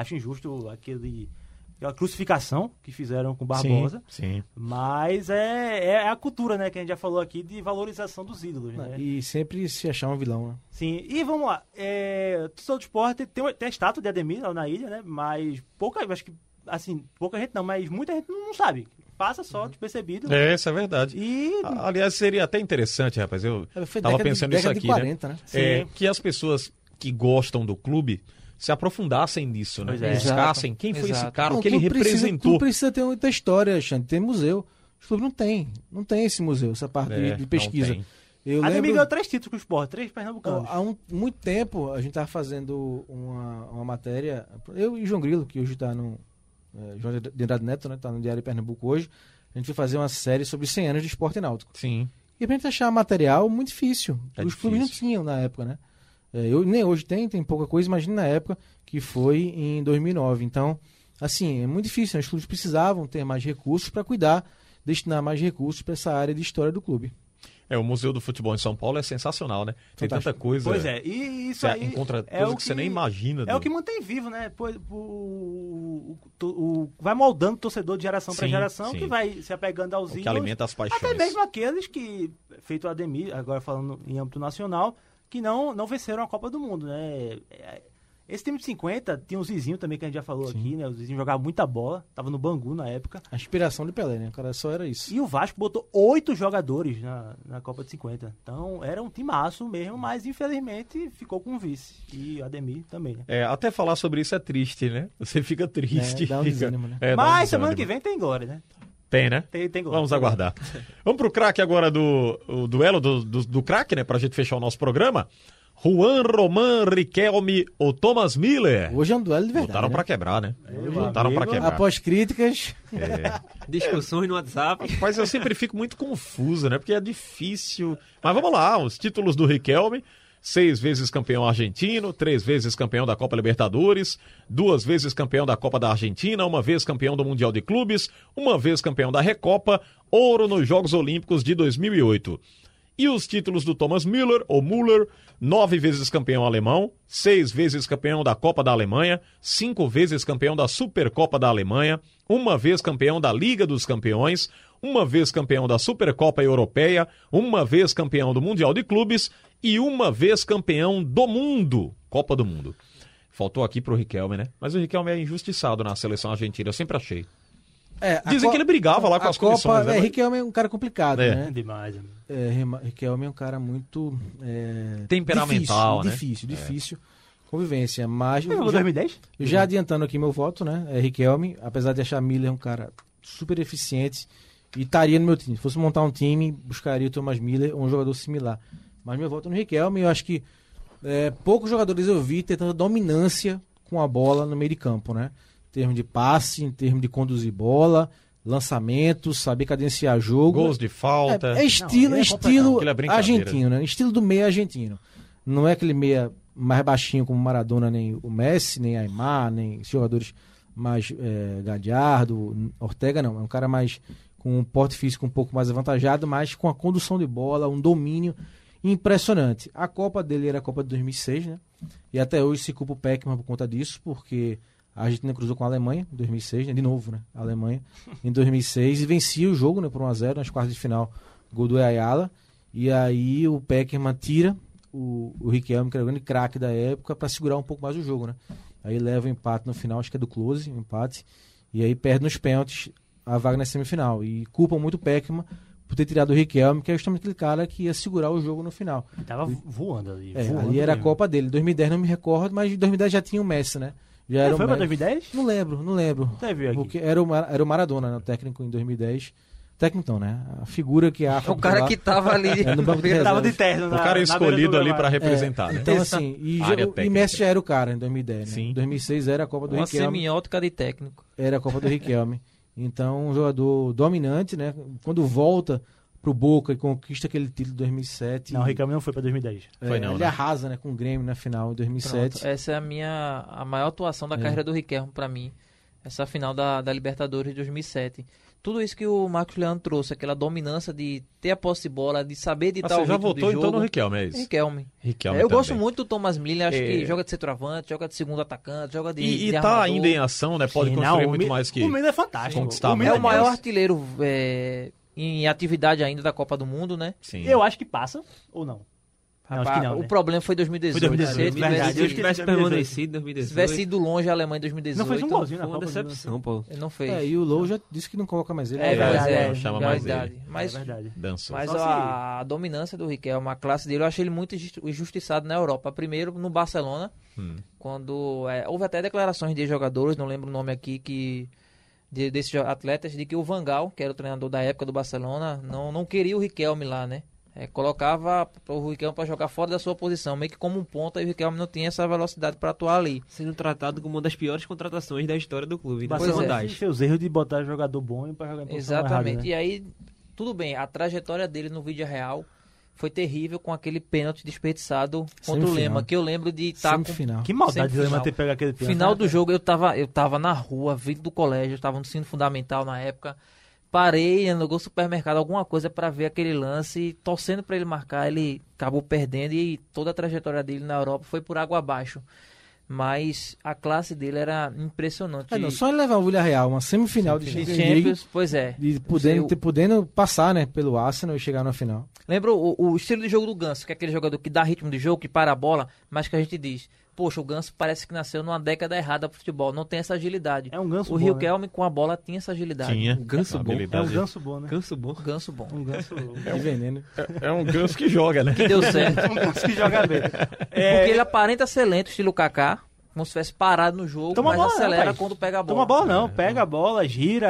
aquela crucificação que fizeram com Barbosa. Sim. Mas é a cultura, né, que a gente já falou aqui, de valorização dos ídolos. Né? E sempre se achar um vilão, né? Sim, e vamos lá. O torcedor do Sport tem a estátua de Ademir lá na ilha, né? Mas pouca gente não, mas muita gente não sabe. Passa só despercebido. Isso é verdade. Aliás, seria até interessante, rapaz. Eu estava pensando nisso aqui, 40, né? Que as pessoas que gostam do clube se aprofundassem nisso, né? Buscassem quem foi esse cara, o que ele representou. Tu precisa ter muita história, Xande. Tem museu. O clube não tem esse museu, essa parte de pesquisa. Ademir ganhou 3 títulos com o Sport, 3 pernambucanos. Há muito tempo a gente estava fazendo uma matéria, eu e o João Grilo, que hoje está no João de Andrade Neto, né? Está no Diário de Pernambuco hoje. A gente foi fazer uma série sobre 100 anos de esporte náutico. Sim. E pra gente achar material muito difícil. Os clubes não tinham na época, né? Nem hoje tem pouca coisa, imagina na época que foi em 2009. Então, assim, é muito difícil, né? Os clubes precisavam ter mais recursos para cuidar, destinar mais recursos para essa área de história do clube. O Museu do Futebol em São Paulo é sensacional, né? Tem tanta coisa. Pois é, e isso aí encontra coisa que você nem imagina. É o que mantém vivo, né? Vai moldando o torcedor de geração para geração, que vai se apegando aos ídolos. Que alimenta as paixões. Até mesmo aqueles que, feito o Ademir, agora falando em âmbito nacional, que não venceram a Copa do Mundo, né? Esse time de 50 tinha o Zizinho também, que a gente já falou aqui, né? O Zizinho jogava muita bola, tava no Bangu na época. A inspiração de Pelé, né? O cara só era isso. E o Vasco botou 8 jogadores na Copa de 50. Então era um timaço mesmo, mas infelizmente ficou com o vice. E o Ademir também, né? Até falar sobre isso é triste, né? Você fica triste. Dá um desânimo, né? Mas semana que vem tem glória, né? Tem, né? Tem glória. Vamos aguardar. Vamos pro craque agora o duelo do craque, né? Pra gente fechar o nosso programa. Juan Román Riquelme ou Thomas Miller. Hoje é um duelo de verdade. Botaram pra quebrar, né? Botaram pra quebrar. Após críticas. Discussões no WhatsApp. Mas eu sempre fico muito confuso, né? Porque é difícil. Mas vamos lá, os títulos do Riquelme. 6 vezes campeão argentino, 3 vezes campeão da Copa Libertadores, 2 vezes campeão da Copa da Argentina, 1 vez campeão do Mundial de Clubes, 1 vez campeão da Recopa, ouro nos Jogos Olímpicos de 2008. E os títulos do Thomas Müller, ou Müller, 9 vezes campeão alemão, 6 vezes campeão da Copa da Alemanha, 5 vezes campeão da Supercopa da Alemanha, 1 vez campeão da Liga dos Campeões, 1 vez campeão da Supercopa Europeia, 1 vez campeão do Mundial de Clubes e 1 vez campeão do mundo, Copa do Mundo. Faltou aqui pro Riquelme, né? Mas o Riquelme é injustiçado na seleção argentina, eu sempre achei. Dizem que ele brigava lá com as comissões. Né? Riquelme é um cara complicado, né? Demais. Riquelme é um cara muito... temperamental, difícil convivência. Mas... Ele jogou 2010? Já adiantando aqui meu voto, né? Riquelme, apesar de achar Miller um cara super eficiente e estaria no meu time. Se fosse montar um time, buscaria o Thomas Miller, um jogador similar. Mas meu voto é no Riquelme. Eu acho que poucos jogadores eu vi ter tanta dominância com a bola no meio de campo, né? Em termos de passe, em termos de conduzir bola, lançamento, saber cadenciar jogo. Gols de falta. Estilo argentino, né? Estilo do meia argentino. Não é aquele meia mais baixinho como Maradona, nem o Messi, nem Aimar, nem jogadores mais Gadiardo, Ortega, não. É um cara mais com um porte físico um pouco mais avantajado, mas com a condução de bola, um domínio impressionante. A Copa dele era a Copa de 2006, né? E até hoje se culpa o Peckmann por conta disso, porque a Argentina cruzou com a Alemanha em 2006, né? De novo, né? A Alemanha em 2006 e vencia o jogo, né? Por 1-0 nas quartas de final, gol do Ayala. E aí o Peckmann tira o Riquelme, que era o grande craque da época, para segurar um pouco mais o jogo, né? Aí leva o empate no final, acho que é do Klose, um empate. E aí perde nos pênaltis a vaga na semifinal. E culpam muito o Peckmann por ter tirado o Riquelme, que é justamente aquele cara que ia segurar o jogo no final. Ele tava voando ali. Ali era a Copa dele. 2010 não me recordo, mas em 2010 já tinha o Messi, né? Já era foi pra 2010? Não lembro. Teve aqui. Porque era o Maradona, né, o técnico em 2010. Técnico não, né? A figura que a o cara que tava ali. No banco de tava de terno. O cara escolhido ali para representar, né? Então assim, e Messi já era o cara em 2010, né? Sim. Em 2006 era a Copa do Uma Riquelme. semiótica de técnico. Era a Copa do Riquelme. Então, um jogador dominante, né? Quando volta pro Boca e conquista aquele título de 2007. Não, o Riquelme não foi pra 2010. Ele arrasa, né, com o Grêmio na final em 2007. Pronto, essa é a maior atuação da carreira do Riquelme pra mim. Essa final da Libertadores de 2007. Tudo isso que o Marcos Leandro trouxe, aquela dominância de ter a posse de bola, de saber editar o ritmo já votou jogo. então no Riquelme, é isso? Riquelme. Eu gosto muito do Thomas Miller, acho que joga de centroavante, joga de segundo atacante, joga de E de tá armador. ainda em ação, né? Pode construir muito mais que... O Miller é fantástico. Conquistar É o maior artilheiro em atividade ainda da Copa do Mundo, né? Sim. Eu acho que passa, ou não? Não, acho que não, o né? problema foi 2018. Foi 2018, verdade. Se ele tivesse permanecido em 2018. Se tivesse ido longe a Alemanha em 2018. Não fez um golzinho na Foi uma Copa. decepção, pô. Ele não fez. E o Low já disse que não coloca mais ele. não chama mais verdade. ele. Mas, É verdade. Dançou. mas Só a dominância do Riquelme, a classe dele, eu achei ele muito injustiçado na Europa. Primeiro no Barcelona, quando houve até declarações de jogadores, não lembro o nome aqui, desses atletas, de que o Van Gaal, que era o treinador da época do Barcelona, não queria o Riquelme lá, né? Colocava o Riquelme para jogar fora da sua posição, meio que como um ponta, e o Riquelme não tinha essa velocidade para atuar ali. Sendo tratado como uma das piores contratações da história do clube. Mas fez erro de botar jogador bom para jogar em posição Exatamente. errada, né? E aí, tudo bem, a trajetória dele no vídeo real foi terrível com aquele pênalti desperdiçado contra o Lema, que eu lembro de estar com... Que maldade de Lema ter pegado aquele pênalti. Final do jogo, eu tava na rua, vindo do colégio, eu tava no ensino fundamental na época. Parei no supermercado, alguma coisa para ver aquele lance, torcendo para ele marcar, ele acabou perdendo e toda a trajetória dele na Europa foi por água abaixo. Mas a classe dele era impressionante. Só ele levar o Villarreal, uma semifinal de Champions League, pois é. E podendo passar, né, pelo Arsenal e chegar na final. Lembra o estilo de jogo do Ganso, que é aquele jogador que dá ritmo de jogo, que para a bola, mas que a gente diz, poxa, o Ganso parece que nasceu numa década errada pro futebol, não tem essa agilidade. É um Ganso o bom, Riquelme né? com a bola tinha essa agilidade. Tinha. Ganso bom. É um ganso bom, né? Ganso bom. Ganso bom. Um ganso De veneno. É um ganso que joga, né? Que deu certo. um ganso que joga bem. Porque ele aparenta ser lento, estilo Kaká, como se tivesse parado no jogo, mas acelera quando pega a bola. Toma bola não, pega a bola, gira.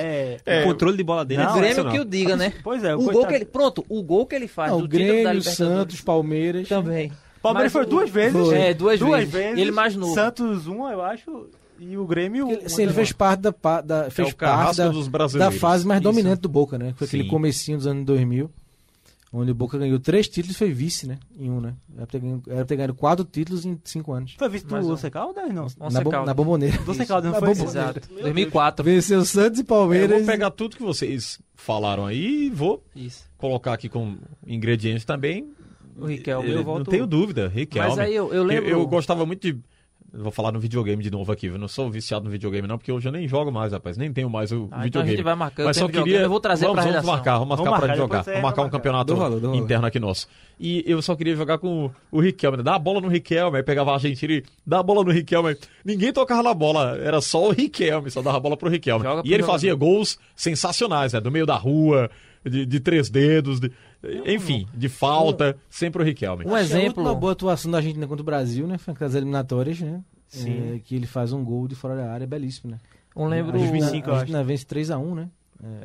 O controle de bola dele O Grêmio que o diga, né? Pois é. O gol que ele faz. O Grêmio, Santos, Palmeiras. Também. Palmeiras foi duas vezes. Duas vezes. E ele mais novo. Santos, eu acho. E o Grêmio... Sim, ele fez parte dos brasileiros. da fase mais dominante do Boca, né? Foi aquele comecinho dos anos 2000. onde o Boca ganhou 3 títulos e foi vice, né? Em um, né? Era ter ganhado 4 títulos em 5 anos. Foi vice do Once Caldas, não? Na Bomboneira. Do Once Caldas, não Na foi? Bomboneira. Exato. 2004. Venceu Santos e Palmeiras. Eu vou pegar tudo que vocês falaram aí e vou colocar aqui com ingredientes também. O Riquelme. Eu não tenho dúvida, Riquelme. Mas aí eu lembro... Eu gostava muito de... Vou falar no videogame de novo aqui. Eu não sou viciado no videogame não, porque hoje eu nem jogo mais, rapaz. Nem tenho mais o videogame. Então a gente vai marcando. Mas só queria... Eu vou trazer pra redação. Vamos marcar pra jogar. Vamos marcar um campeonato interno aqui nosso. E eu só queria jogar com o Riquelme. Dá a bola no Riquelme. Aí pegava a Argentina e dá a bola no Riquelme. Ninguém tocava na bola. Era só o Riquelme. Só dava a bola pro Riquelme. E ele fazia gols sensacionais, né? Do meio da rua, de 3 dedos, enfim, de falta. Sempre o Riquelme. Um exemplo. Uma boa atuação da Argentina contra o Brasil, né? Foi nas eliminatórias, né? Sim. Que ele faz um gol de fora da área, belíssimo, né? Eu lembro... 2005, a Argentina vence 3-1, né?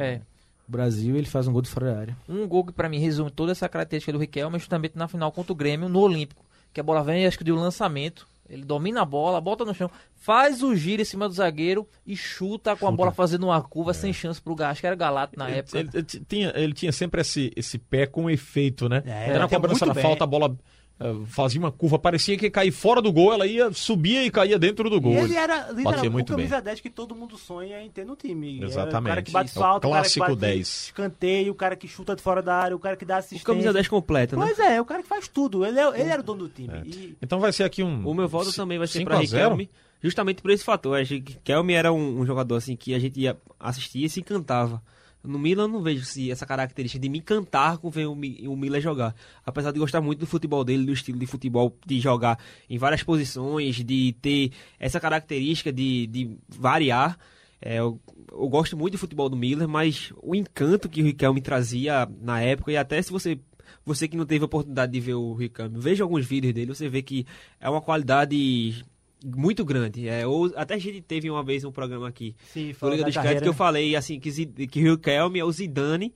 O Brasil, ele faz um gol de fora da área. Um gol que pra mim resume toda essa característica do Riquelme é justamente na final contra o Grêmio, no Olímpico. Que a bola vem, acho que de um lançamento, ele domina a bola, bota no chão, faz o giro em cima do zagueiro e chuta com a bola fazendo uma curva sem chance pro Gás, que era Galato na época. Ele tinha sempre esse pé com efeito, né? Era na cobrança da falta, a bola... fazia uma curva, parecia que ia cair fora do gol, ela subia e caía dentro do gol. E ele era batia muito o camisa bem. 10 que todo mundo sonha em ter no time. Exatamente. O cara que bate falta, o clássico cara que bate 10. escanteio, o cara que chuta de fora da área, o cara que dá assistência. O camisa 10 completo, né? Pois é, o cara que faz tudo. Ele era o dono do time. Então vai ser aqui O meu voto também vai ser 5 pra a 0? Riquelme, justamente por esse fator. Acho que Riquelme era um jogador assim que a gente ia assistir e se encantava. No Milan eu não vejo essa característica de me encantar com ver o Milan jogar. Apesar de gostar muito do futebol dele, do estilo de futebol, de jogar em várias posições, de ter essa característica de variar. Eu gosto muito do futebol do Milan, mas o encanto que o Riquelme trazia na época, e até se você que não teve a oportunidade de ver o Riquelme, veja alguns vídeos dele, você vê que é uma qualidade muito grande. Até a gente teve uma vez um programa aqui do Liga dos Créditos que eu falei assim, que o Riquelme é o Zidane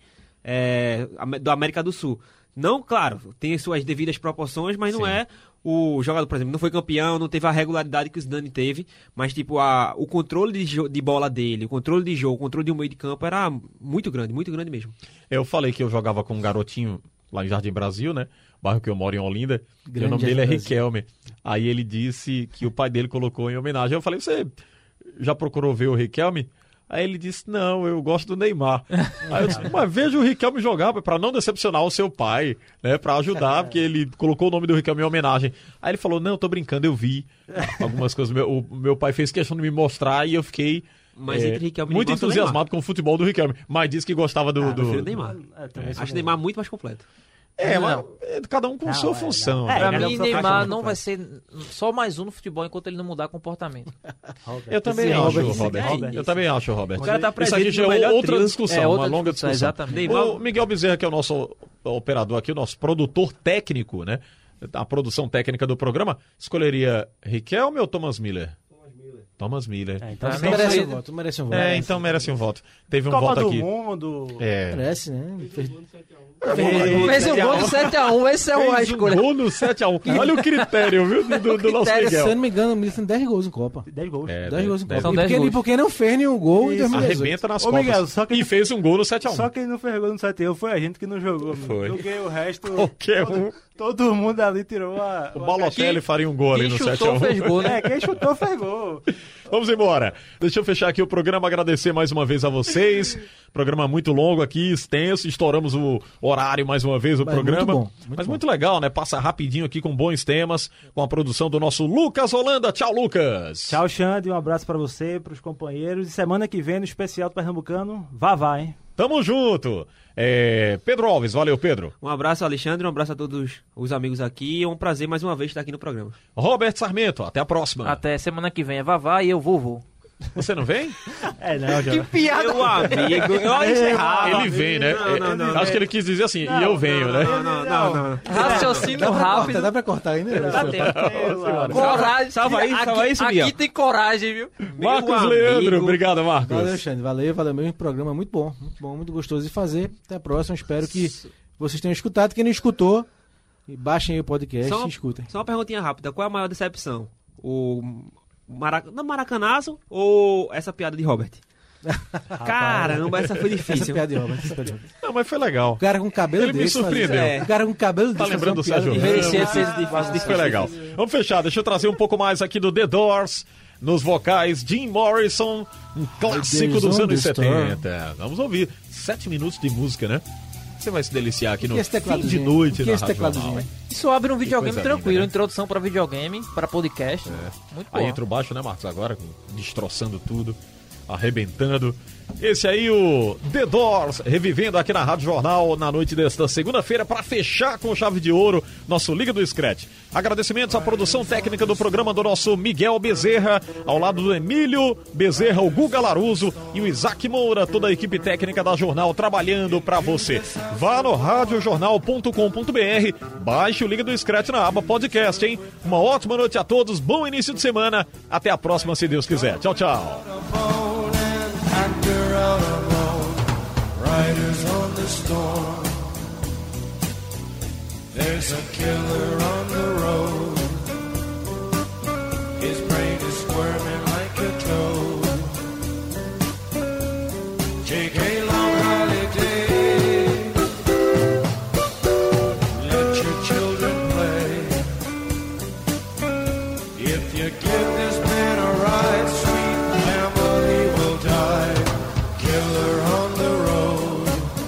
do América do Sul. Não, claro, tem suas devidas proporções, mas não é o jogador, por exemplo, não foi campeão, não teve a regularidade que o Zidane teve, mas tipo, o controle de bola dele, o controle de jogo, o controle de um meio de campo era muito grande mesmo. Eu falei que eu jogava com um garotinho lá em Jardim Brasil, né? Bairro que eu moro em Olinda. O nome dele é Riquelme. Aí ele disse que o pai dele colocou em homenagem. Eu falei, você já procurou ver o Riquelme? Aí ele disse, não, eu gosto do Neymar. Aí eu disse, mas veja o Riquelme jogar para não decepcionar o seu pai, né? Para ajudar, porque ele colocou o nome do Riquelme em homenagem. Aí ele falou, não, eu tô brincando, eu vi algumas coisas. O meu pai fez questão de me mostrar e eu fiquei... muito entusiasmado com o futebol do Riquelme, mas disse que gostava do Neymar. Acho o Neymar muito mais completo. Mas cada um com sua função. Pra mim, Neymar não vai ser só mais um no futebol enquanto ele não mudar comportamento. Eu também acho, Robert. Eu também acho, Robert. O cara tá presente. Isso aqui já é outra discussão, uma longa discussão. Exatamente. O Miguel Bezerra, que é o nosso operador aqui, o nosso produtor técnico, né? A produção técnica do programa, escolheria Riquelme ou Thomas Miller? Thomas Miller. Então merece um voto, merece um voto. Então merece um voto. Teve um Copa voto aqui. do Mundo. Merece, né? Fez um gol no 7-1, esse é a escolha. Gol no 7-1. Olha o critério, viu, do nosso Miguel. Se eu não me engano, o Miller tem 10 gols em Copa. 10 gols. 10 gols em Copa. São 10 gols. Porque não fez nenhum gol em 2018. Arrebenta nas Ô, Miguel, Copas. E fez um gol no 7-1. Só quem não fez gol no 7-1 foi a gente que não jogou. Foi. Joguei o resto. Qualquer um. Todo mundo ali tirou o Balotelli faria um gol ali no 7-1. Quem chutou fez gol, né? Quem chutou fez gol. Vamos embora. Deixa eu fechar aqui o programa, agradecer mais uma vez a vocês. Programa muito longo aqui, extenso, estouramos o horário mais uma vez, o programa. Muito bom, Mas muito legal, né? Passa rapidinho aqui com bons temas, com a produção do nosso Lucas Holanda. Tchau, Lucas. Tchau, Xande. Um abraço pra você, pros companheiros. E semana que vem, no especial do Pernambucano, vá, hein? Tamo junto. Pedro Alves, valeu, Pedro. Um abraço, Alexandre, um abraço a todos os amigos aqui. É um prazer mais uma vez estar aqui no programa. Roberto Sarmento, até a próxima. Até semana que vem é Vavá e eu vou. Você não vem? Não, já. Que piada! Meu amigo, eu encerrava. Ele vem, né? Não, acho que ele quis dizer assim, e eu venho, né? Não. Raciocínio rápido. Dá pra cortar ainda? Dá tempo. Coragem. Salva isso, Miguel. Aqui tem coragem, viu? Marcos Leandro, obrigado, Marcos. Valeu, Xande. Valeu mesmo. Programa muito bom, muito gostoso de fazer. Até a próxima. Espero que vocês tenham escutado. Quem não escutou, baixem aí o podcast e escutem. Só uma perguntinha rápida. Qual é a maior decepção? O Maracanazo ou essa piada de Robert? Caramba, essa foi Essa difícil. piada de obra. Não, mas foi legal. O cara com cabelo Ele me desse. surpreendeu. O cara com cabelo Tá desse. lembrando do fazer uma Sérgio piada Ramos? Merecia ser difícil. Foi legal. Vamos fechar, deixa eu trazer um pouco mais aqui do The Doors. Nos vocais, Jim Morrison, um clássico dos anos 70. Vamos ouvir. 7 minutos de música, né? Você vai se deliciar aqui no fim de noite na Rádio Jornal. Isso abre um videogame coisa tranquilo, linda, né? introdução para videogame, para podcast. Muito bom. Aí entra o baixo, né, Marcos? Agora, destroçando tudo, arrebentando. Esse aí, o The Doors, revivendo aqui na Rádio Jornal na noite desta segunda-feira para fechar com chave de ouro nosso Liga do Scratch. Agradecimentos à produção técnica do programa do nosso Miguel Bezerra, ao lado do Emílio Bezerra, o Guga Laruso e o Isaac Moura, toda a equipe técnica da Jornal trabalhando para você. Vá no radiojornal.com.br, baixe o Liga do Scratch na aba podcast, hein? Uma ótima noite a todos, bom início de semana, até a próxima se Deus quiser. Tchau, tchau. Actor out alone, riders on the storm. There's a killer on the road. His brain is squirming like a toad. Take a long holiday. Let your children play. If you give this man a ride, sweet family will die. Killer on the road,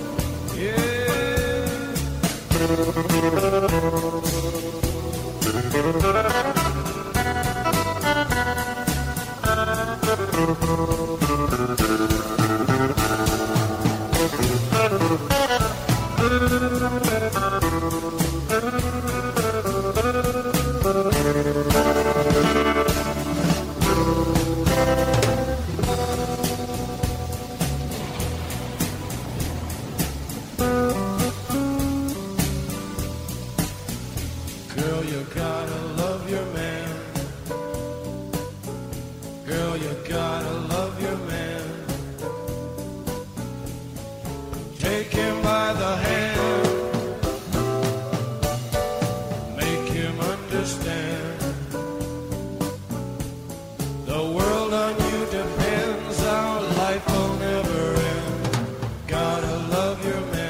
Girl, you gotta love your man. Girl, you gotta love your man. Take him by the hand. Make him understand. The world on you depends. Our life will never end. Gotta love your man.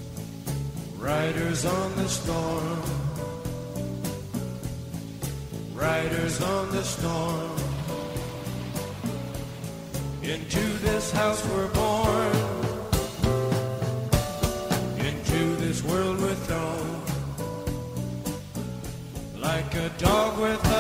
Riders on the storm. riders on the storm. Into this house we're born, into this world we're thrown, like a dog with